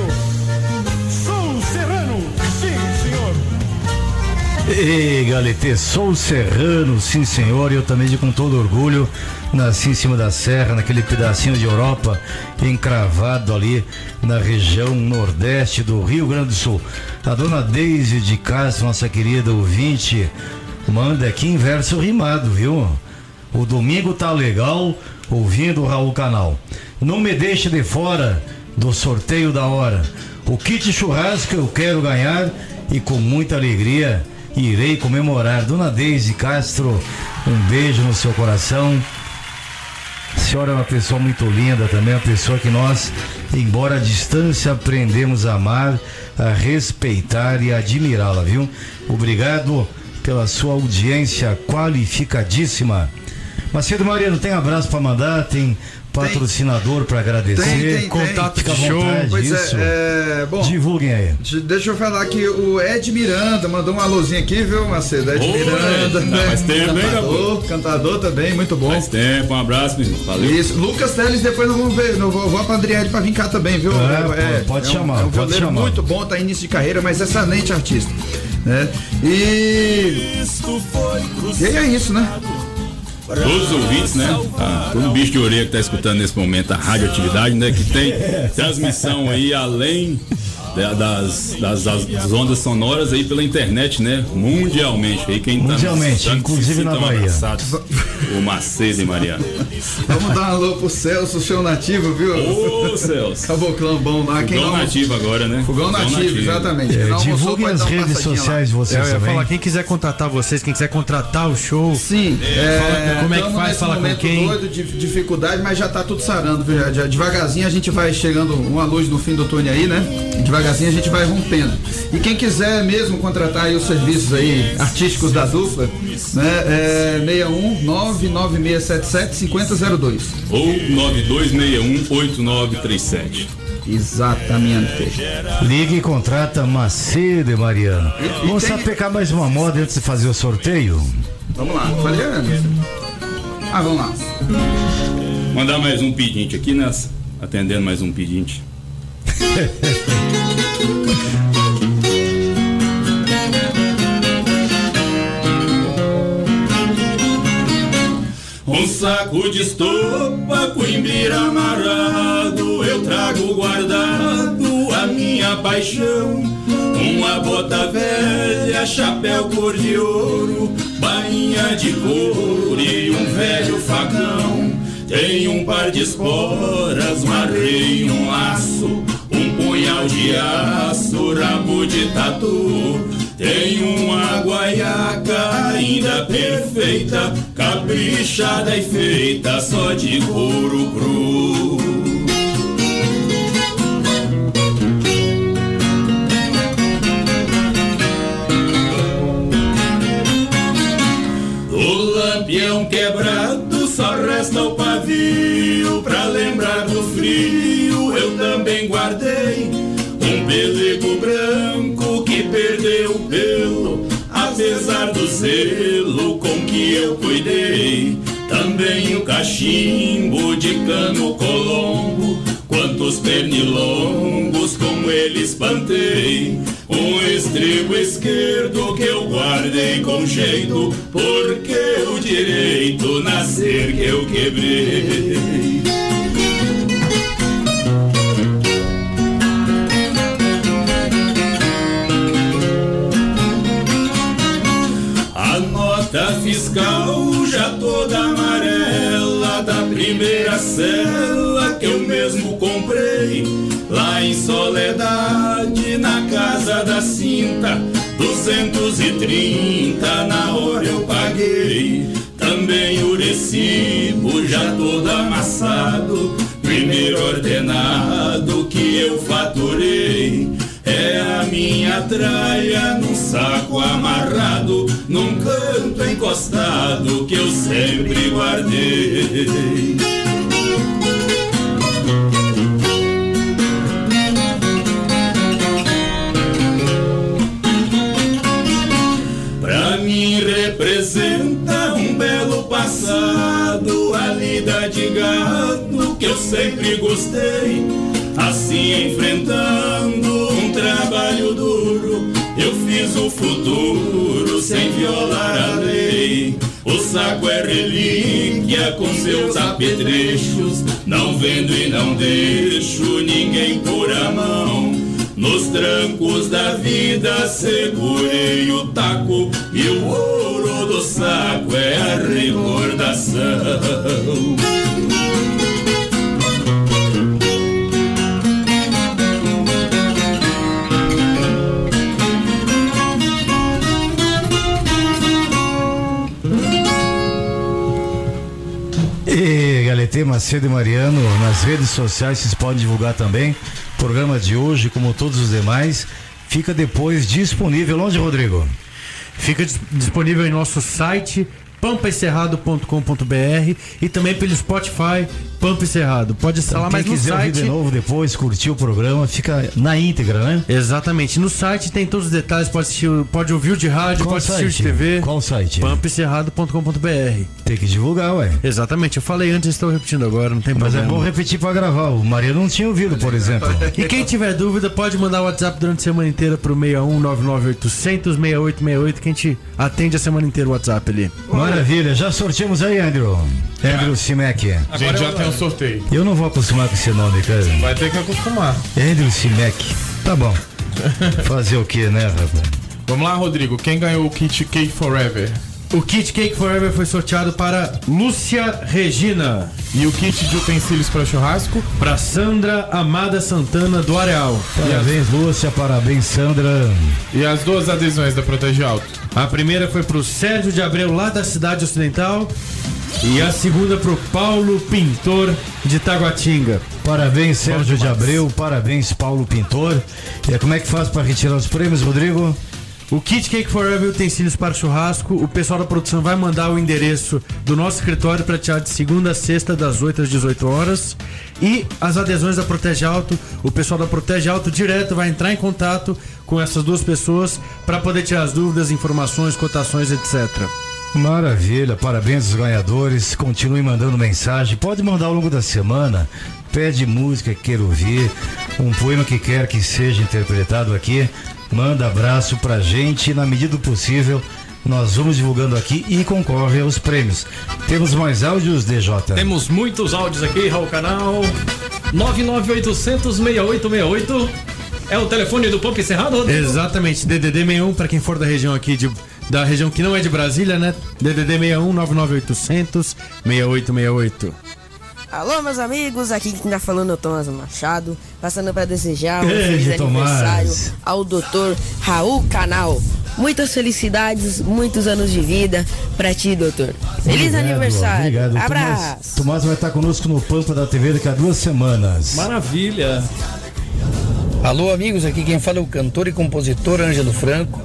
sou serrano, sim senhor. Ei, Galetê, sou serrano, sim senhor, e eu também digo com todo orgulho, nasci em cima da serra, naquele pedacinho de Europa, encravado ali na região nordeste do Rio Grande do Sul. A dona Deise de Castro, nossa querida ouvinte, manda aqui em verso rimado, viu? O domingo tá legal, ouvindo o Raul Canal. Não me deixe de fora do sorteio da hora. O kit churrasco eu quero ganhar e com muita alegria irei comemorar. Dona Deise Castro, um beijo no seu coração. A senhora é uma pessoa muito linda também, uma pessoa que nós, embora à distância, aprendemos a amar, a respeitar e admirá-la, viu? Obrigado pela sua audiência qualificadíssima. Macedo Mariano, tem abraço para mandar, tem patrocinador para agradecer, tem, tem, contato tem. de show, pois isso. É, é, bom, divulguem aí. Deixa eu falar que o Ed Miranda mandou um alôzinho aqui, viu, Macedo? Ed Oi, Miranda, não, faz tempo, hein, cantador, cantador também, muito bom. Faz tempo, um abraço, menino. Valeu. Isso, Lucas Teles, depois nós vamos ver, eu vou, vou apandrear ele pra vir cá também, viu? É, é, pode é chamar, um, é um pode chamar. muito bom, tá em início de carreira, mas excelente artista, né? E e é isso, né? Todos os ouvintes, né? Ah, todo bicho de orelha que tá escutando nesse momento a radioatividade, né? Que tem transmissão aí além das, das, das ondas sonoras aí pela internet, né? Mundialmente. Aí quem tá Mundialmente, inclusive na Bahia. O Macedo e Mariano. Vamos dar um alô pro Celso, show nativo, viu? Ô, Celso. Caboclão bom lá. Fogão quem não... nativo agora, né? Fogão nativo, nativo. Exatamente. É, divulguem as redes sociais de vocês Eu ia também. falar, quem quiser contratar vocês, quem quiser contratar o show. Sim. É, fala, como é que faz? Fala com quem? Doido de dificuldade, mas já tá tudo sarando. Já, já, devagarzinho a gente vai chegando uma luz no fim do túnel aí, né? Devagarzinho a gente vai rompendo. E quem quiser mesmo contratar aí os serviços aí artísticos da dupla, né? É seis um nove nove seis sete sete cinco zero zero dois ou nove dois seis um oito nove três sete. Exatamente. Ligue e contrata Macedo e Mariano. E, e Vamos tem... sapecar mais uma moda antes de fazer o sorteio? Vamos lá, falei antes. Ah, vamos lá. Mandar mais um pedinte aqui, né? Atendendo mais um pedinte. Um saco de estopa, coimbira amarrado, eu trago guardado a minha paixão. Uma bota velha, chapéu cor de ouro, bainha de couro e um velho facão. Tem um par de esporas, um arreio, um laço, um punhal de aço, rabo de tatu. Tem uma guaiaca ainda perfeita, caprichada e feita só de couro cru. lampião quebrado, só resta o pavio. Pra lembrar do frio, eu também guardei um pelego branco que perdeu o pelo, apesar do zelo com que eu cuidei. Também o cachimbo de cano colombo, quantos pernilongos com ele espantei. Um estribo esquerdo que eu guardei com jeito, porque o direito nascer que eu quebrei. A nota fiscal já toda amarela, da primeira cela que eu mesmo comprei, lá em Soledade, na casa da cinta, duzentos e trinta na hora eu paguei. Também o recibo já todo amassado, primeiro ordenado que eu faturei. É a minha traia num saco amarrado, num canto encostado que eu sempre guardei. Pra mim representa um belo passado, a lida de gado que eu sempre gostei. Assim enfrentando um trabalho duro, eu fiz o futuro sem violar a lei. O saco é relíquia com seus apetrechos, não vendo e não deixo ninguém pôr a mão. Nos trancos da vida segurei o taco, e o ouro do saco é a recordação. E Galetê, Macedo e Mariano, nas redes sociais vocês podem divulgar também. O programa de hoje, como todos os demais, fica depois disponível. Onde, Rodrigo? Fica dis- disponível em nosso site pampa e cerrado ponto com ponto b r e também pelo Spotify Pampa e Cerrado. Pode instalar, então, mas no quiser site... ouvir de novo depois, curtir o programa, fica na íntegra, né? Exatamente. No site tem todos os detalhes, pode assistir, pode ouvir o de rádio, Qual pode site? assistir o de T V. Qual site? pampa e cerrado ponto com ponto b r. Tem que divulgar, ué. Exatamente. Eu falei antes, estou repetindo agora, não tem Mas problema. é bom repetir pra gravar. O Mariano não tinha ouvido, por exemplo. E quem tiver dúvida pode mandar o WhatsApp durante a semana inteira pro seis um nove nove oito zero zero seis oito seis oito que a gente atende a semana inteira o WhatsApp ali. Maravilha. Já sorteamos aí, Andrew. Andrew Simek. A gente já tem um sorteio. Eu não vou acostumar com esse nome, cara. Vai ter que acostumar. Andrew Simek. Tá bom. Fazer o que, né, rapaz? Vamos lá, Rodrigo. Quem ganhou o Kit Cake Forever? O Kit Cake Forever foi sorteado para Lúcia Regina. E o kit de utensílios para churrasco? Para Sandra Amada Santana do Areal. Parabéns, Lúcia. Parabéns, Sandra. E as duas adesões da Protege Alto? A primeira foi pro Sérgio de Abreu, lá da Cidade Ocidental. E a segunda pro Paulo Pintor, de Taguatinga. Parabéns, Sérgio de Abreu. Parabéns, Paulo Pintor. E como é que faz para retirar os prêmios, Rodrigo? O Kit Cake Forever utensílios para churrasco, o pessoal da produção vai mandar o endereço do nosso escritório para tirar de segunda a sexta, das oito às dezoito horas. E as adesões da Protege Alto, o pessoal da Protege Alto direto vai entrar em contato com essas duas pessoas para poder tirar as dúvidas, informações, cotações, etcétera. Maravilha, parabéns aos ganhadores. Continue mandando mensagem. Pode mandar ao longo da semana. Pede música que quer ouvir, um poema que quer que seja interpretado aqui. Manda abraço pra gente e, na medida do possível, nós vamos divulgando aqui e concorre aos prêmios. Temos mais áudios, D J? Temos muitos áudios aqui, Raul Canal. nove nove oito zero zero seis oito seis oito é o telefone do Pampa e Cerrado, Rodrigo? Exatamente, D D D sessenta e um para quem for da região aqui de da região que não é de Brasília, né? D D D sessenta e um nove nove oito zero zero seis oito seis oito. Alô, meus amigos, aqui quem tá falando é o Tomás Machado, passando para desejar um Ei, feliz Tomás. aniversário ao doutor Raul Canal. Muitas felicidades, muitos anos de vida pra ti, doutor. Feliz Obrigado, aniversário. Obrigado. Abraço. Tomás, Tomás vai estar conosco no Pampa da T V daqui a duas semanas. Maravilha. Alô, amigos, aqui quem fala é o cantor e compositor Ângelo Franco.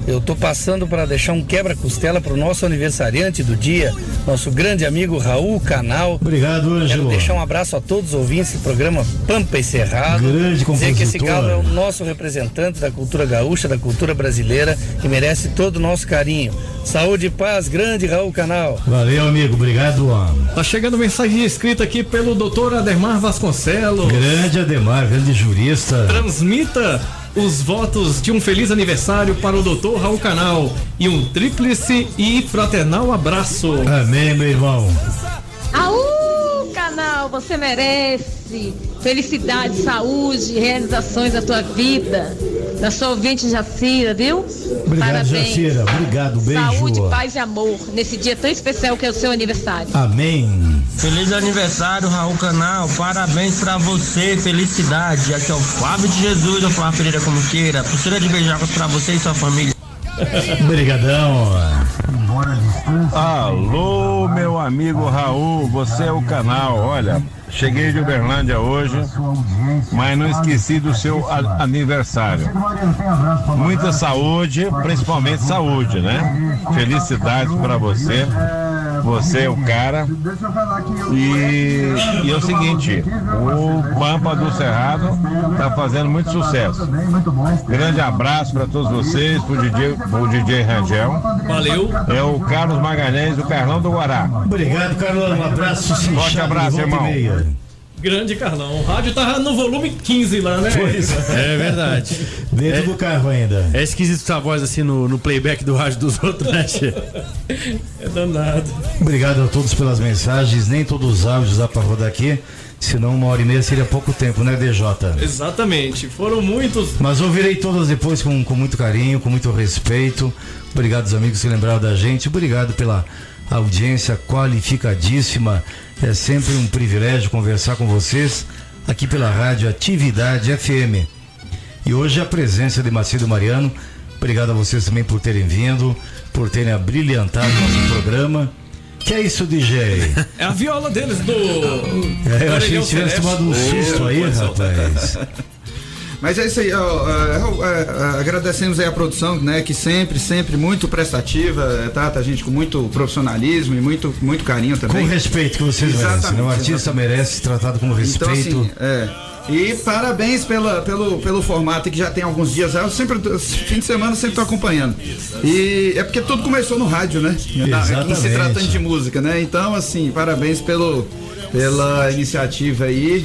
Eu tô passando para deixar um quebra-costela pro nosso aniversariante do dia, nosso grande amigo Raul Canal. Obrigado, Ângelo. Quero deixar um abraço a todos os ouvintes do programa Pampa e Cerrado. Grande compositor. Dizer que esse galo é o nosso representante da cultura gaúcha, da cultura brasileira e merece todo o nosso carinho. Saúde e paz, grande Raul Canal. Valeu, amigo. Obrigado, homem. Tá chegando mensagem escrita aqui pelo doutor Ademar Vasconcelos. Grande Ademar, grande jurista. Transmita os votos de um feliz aniversário para o doutor Raul Canal e um tríplice e fraternal abraço. Amém, meu irmão. Raul Canal, você merece felicidade, saúde, realizações da tua vida, da sua ouvinte Jacira, viu? Obrigado, Parabéns. Jacira. Obrigado, beijo. Saúde, paz e amor nesse dia tão especial que é o seu aniversário. Amém. Feliz aniversário, Raul Canal. Parabéns pra você, felicidade. Aqui é o Fábio de Jesus, ou Flávio Pereira, como queira. Pulseira de beijocas pra você e sua família. Obrigadão. Alô, meu amigo Raul, você é o canal. Olha, cheguei de Uberlândia hoje, mas não esqueci do seu a- aniversário. Muita saúde, principalmente saúde, né? Felicidades pra você. Você é o cara. E, e é o seguinte, o Pampa do Cerrado tá fazendo muito sucesso. Grande abraço para todos vocês, pro D J, pro D J Rangel. Valeu. É o Carlos Magalhães, do Carlão do Guará. Obrigado, Carlão. Um abraço. Forte abraço, irmão. Grande Carlão. O rádio tava no volume quinze lá, né? Pois é, verdade. Dentro é, do carro ainda. É esquisito essa voz assim no, no playback do rádio dos outros, né, Che? É danado. Obrigado a todos pelas mensagens. Nem todos os áudios dá pra rodar aqui, senão uma hora e meia seria pouco tempo, né, D J? Exatamente. Foram muitos. Mas ouvirei todas depois com, com muito carinho, com muito respeito. Obrigado aos amigos que lembraram da gente. Obrigado pela audiência qualificadíssima. É sempre um privilégio conversar com vocês aqui pela rádio Atividade F M. E hoje a presença de Macedo Mariano. Obrigado a vocês também por terem vindo, por terem abrilhantado nosso programa. Que é isso, D J? É a viola deles do. É, eu achei que tivesse tomado um susto aí, rapaz. Mas é isso aí, ó, é, é, é, agradecemos aí a produção, né, que sempre, sempre muito prestativa, trata a gente com muito profissionalismo e muito, muito carinho também. Com respeito que vocês merecem, né? O artista exatamente. merece ser tratado com respeito. Então, assim, é, e parabéns pela, pelo, pelo formato que já tem alguns dias, eu sempre, fim de semana sempre tô acompanhando. E é porque tudo começou no rádio, né? Exatamente. Em se tratando de música, né? Então, assim, parabéns pelo... pela iniciativa aí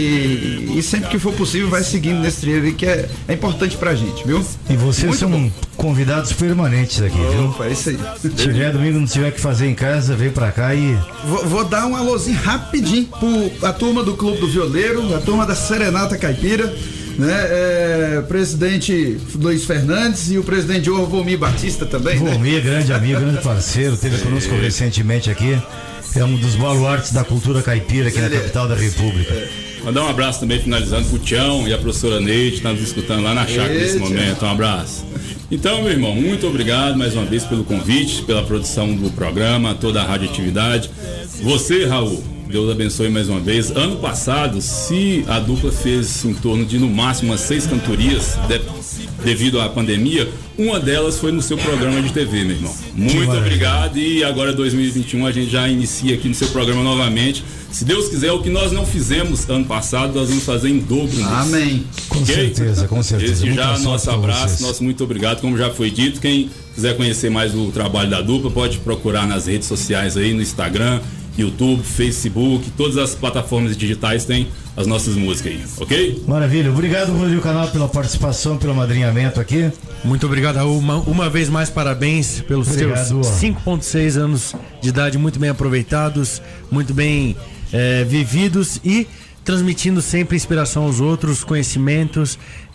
e, e sempre que for possível vai seguindo nesse trilho aí que é, é importante pra gente, viu? E vocês Muito são bom. convidados permanentes aqui, Opa, viu? É isso aí. Se tiver domingo, não tiver que fazer em casa, vem pra cá e... Vou, vou dar um alôzinho rapidinho pro a turma do Clube do Violeiro, a turma da Serenata Caipira, né? É, presidente Luiz Fernandes e o presidente Diogo Volmir Batista também, Volmir, né? grande amigo, grande parceiro, esteve conosco recentemente aqui. É um dos baluartes da cultura caipira aqui na capital da República. Mandar um abraço também, finalizando, pro Tião e a professora Neide, que está nos escutando lá na chácara nesse momento. Um abraço. Então, meu irmão, muito obrigado mais uma vez pelo convite, pela produção do programa, toda a radioatividade. Você, Raul, Deus abençoe mais uma vez. Ano passado, se a dupla fez em torno de, no máximo, umas seis cantorias, de, devido à pandemia, uma delas foi no seu programa de T V, meu irmão. Muito obrigado. E agora, dois mil e vinte e um, a gente já inicia aqui no seu programa novamente. Se Deus quiser, o que nós não fizemos ano passado, nós vamos fazer em dobro. Amém. Com okay? certeza, com certeza. Desde já, nosso abraço, nosso muito obrigado. Como já foi dito, quem quiser conhecer mais o trabalho da dupla, pode procurar nas redes sociais aí, no Instagram, YouTube, Facebook, todas as plataformas digitais têm as nossas músicas aí, ok? Maravilha, obrigado Rodrigo Canal pela participação, pelo amadrinhamento aqui. Muito obrigado, Raul. Uma, uma vez mais, parabéns pelos obrigado, seus cinco vírgula seis anos de idade, muito bem aproveitados, muito bem é, vividos e transmitindo sempre inspiração aos outros, conhecimentos.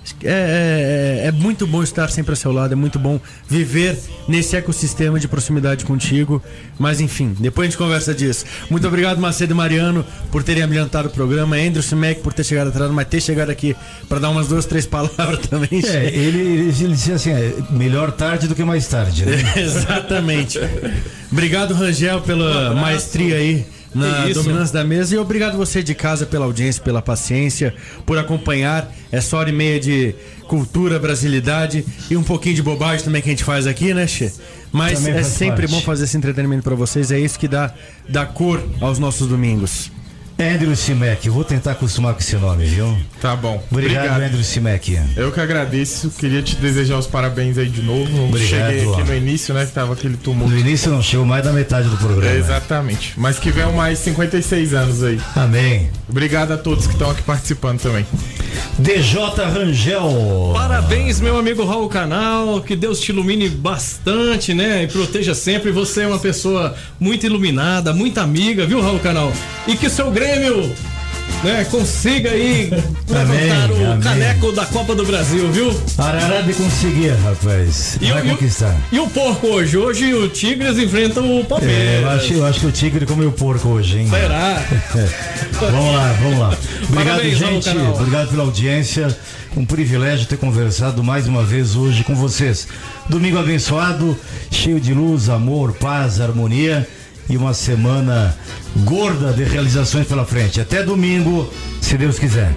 É, é, é muito bom estar sempre ao seu lado, é muito bom viver nesse ecossistema de proximidade contigo. Mas enfim, depois a gente conversa disso. Muito obrigado, Macedo e Mariano, por terem ambientado o programa. Andrew Simek por ter chegado atrás, mas ter chegado aqui para dar umas duas, três palavras também. É, ele, ele, ele dizia assim: é, melhor tarde do que mais tarde, né? Exatamente. Obrigado, Rangel, pela um maestria aí na dominância da mesa, e obrigado você de casa pela audiência, pela paciência, por acompanhar essa hora e meia de cultura, brasilidade e um pouquinho de bobagem também que a gente faz aqui, né, Che? Mas Também é faz sempre parte. bom fazer esse entretenimento pra vocês, é isso que dá, dá cor aos nossos domingos. Andrew Simek, vou tentar acostumar com esse nome, viu? Tá bom. Obrigado, Obrigado. Andrew Simek. Eu que agradeço, queria te desejar os parabéns aí de novo. Obrigado, Cheguei aqui ó. no início, né, que tava aquele tumulto. No início não chegou mais da metade do programa. É, exatamente. Mas que venham mais cinquenta e seis anos aí. Amém. Obrigado a todos que estão aqui participando também. D J Rangel. Parabéns, meu amigo Raul Canal, que Deus te ilumine bastante, né? E proteja sempre. Você é uma pessoa muito iluminada, muito amiga, viu, Raul Canal? E que o seu Grêmio, né, consiga aí levantar o amém. caneco da Copa do Brasil, viu? Arará de conseguir, rapaz. E Vai o- e o- conquistar. E o porco hoje? Hoje o Tigres enfrenta o Palmeiras. É, eu, acho, eu acho que o Tigre comeu porco hoje, hein? Será? Vamos lá, vamos lá. Obrigado, Parabéns, Raul gente. Canal. Obrigado pela audiência. Um privilégio ter conversado mais uma vez hoje com vocês. Domingo abençoado, cheio de luz, amor, paz, harmonia e uma semana gorda de realizações pela frente. Até domingo, se Deus quiser.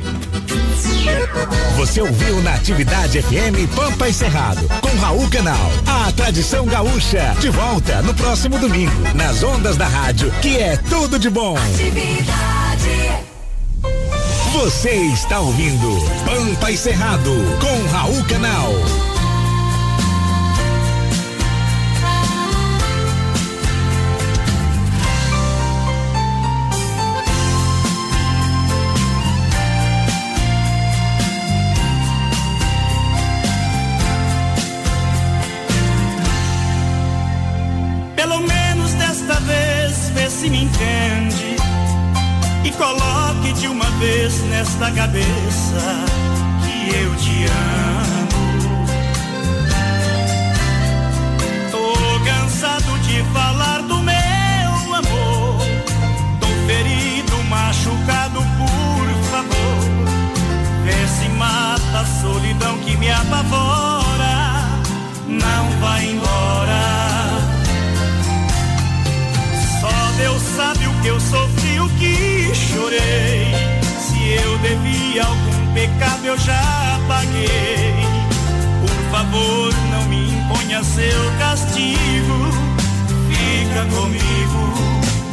Você ouviu na Atividade F M Pampa e Cerrado, com Raul Canal. A tradição gaúcha, de volta no próximo domingo, nas ondas da rádio, que é tudo de bom. Você está ouvindo Pampa e Cerrado, com Raul Canal. Pelo menos desta vez, vê se me entende e coloque de uma vez nesta cabeça que eu te amo. Tô cansado de falar do meu amor, tô ferido, machucado, por favor. Vê se mata a solidão que me apavora, não vai embora. Só Deus sabe o que eu sofri, o que chorei. Se eu devia algum pecado eu já paguei. Por favor, não me imponha seu castigo, fica comigo.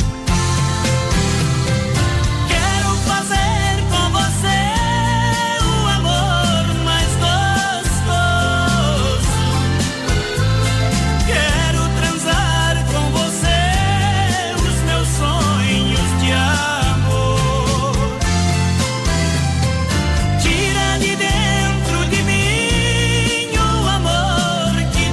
Quero fazer com você o amor mais gostoso. Quero transar com você os meus sonhos de amor. Tira de dentro de mim o amor que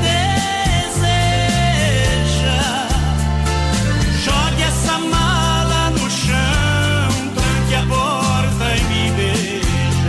deseja. Jogue essa mala no chão, tranque a porta e me beija.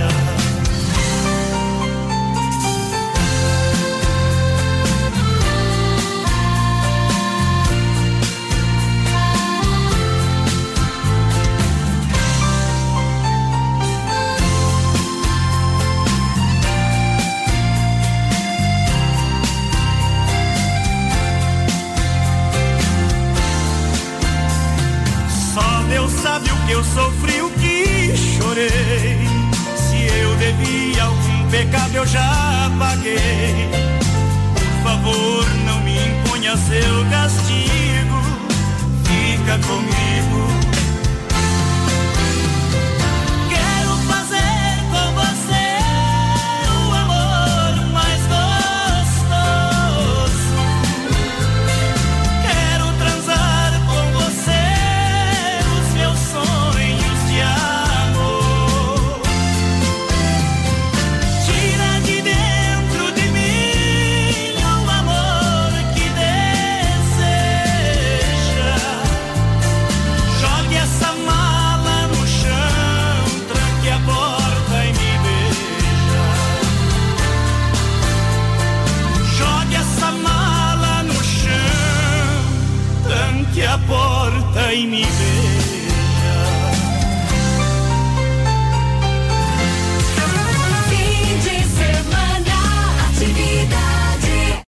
Só Deus sabe o que eu sofri, o que chorei. Se eu devia algum pecado eu já paguei. Por favor, não me imponha seu castigo, fica comigo.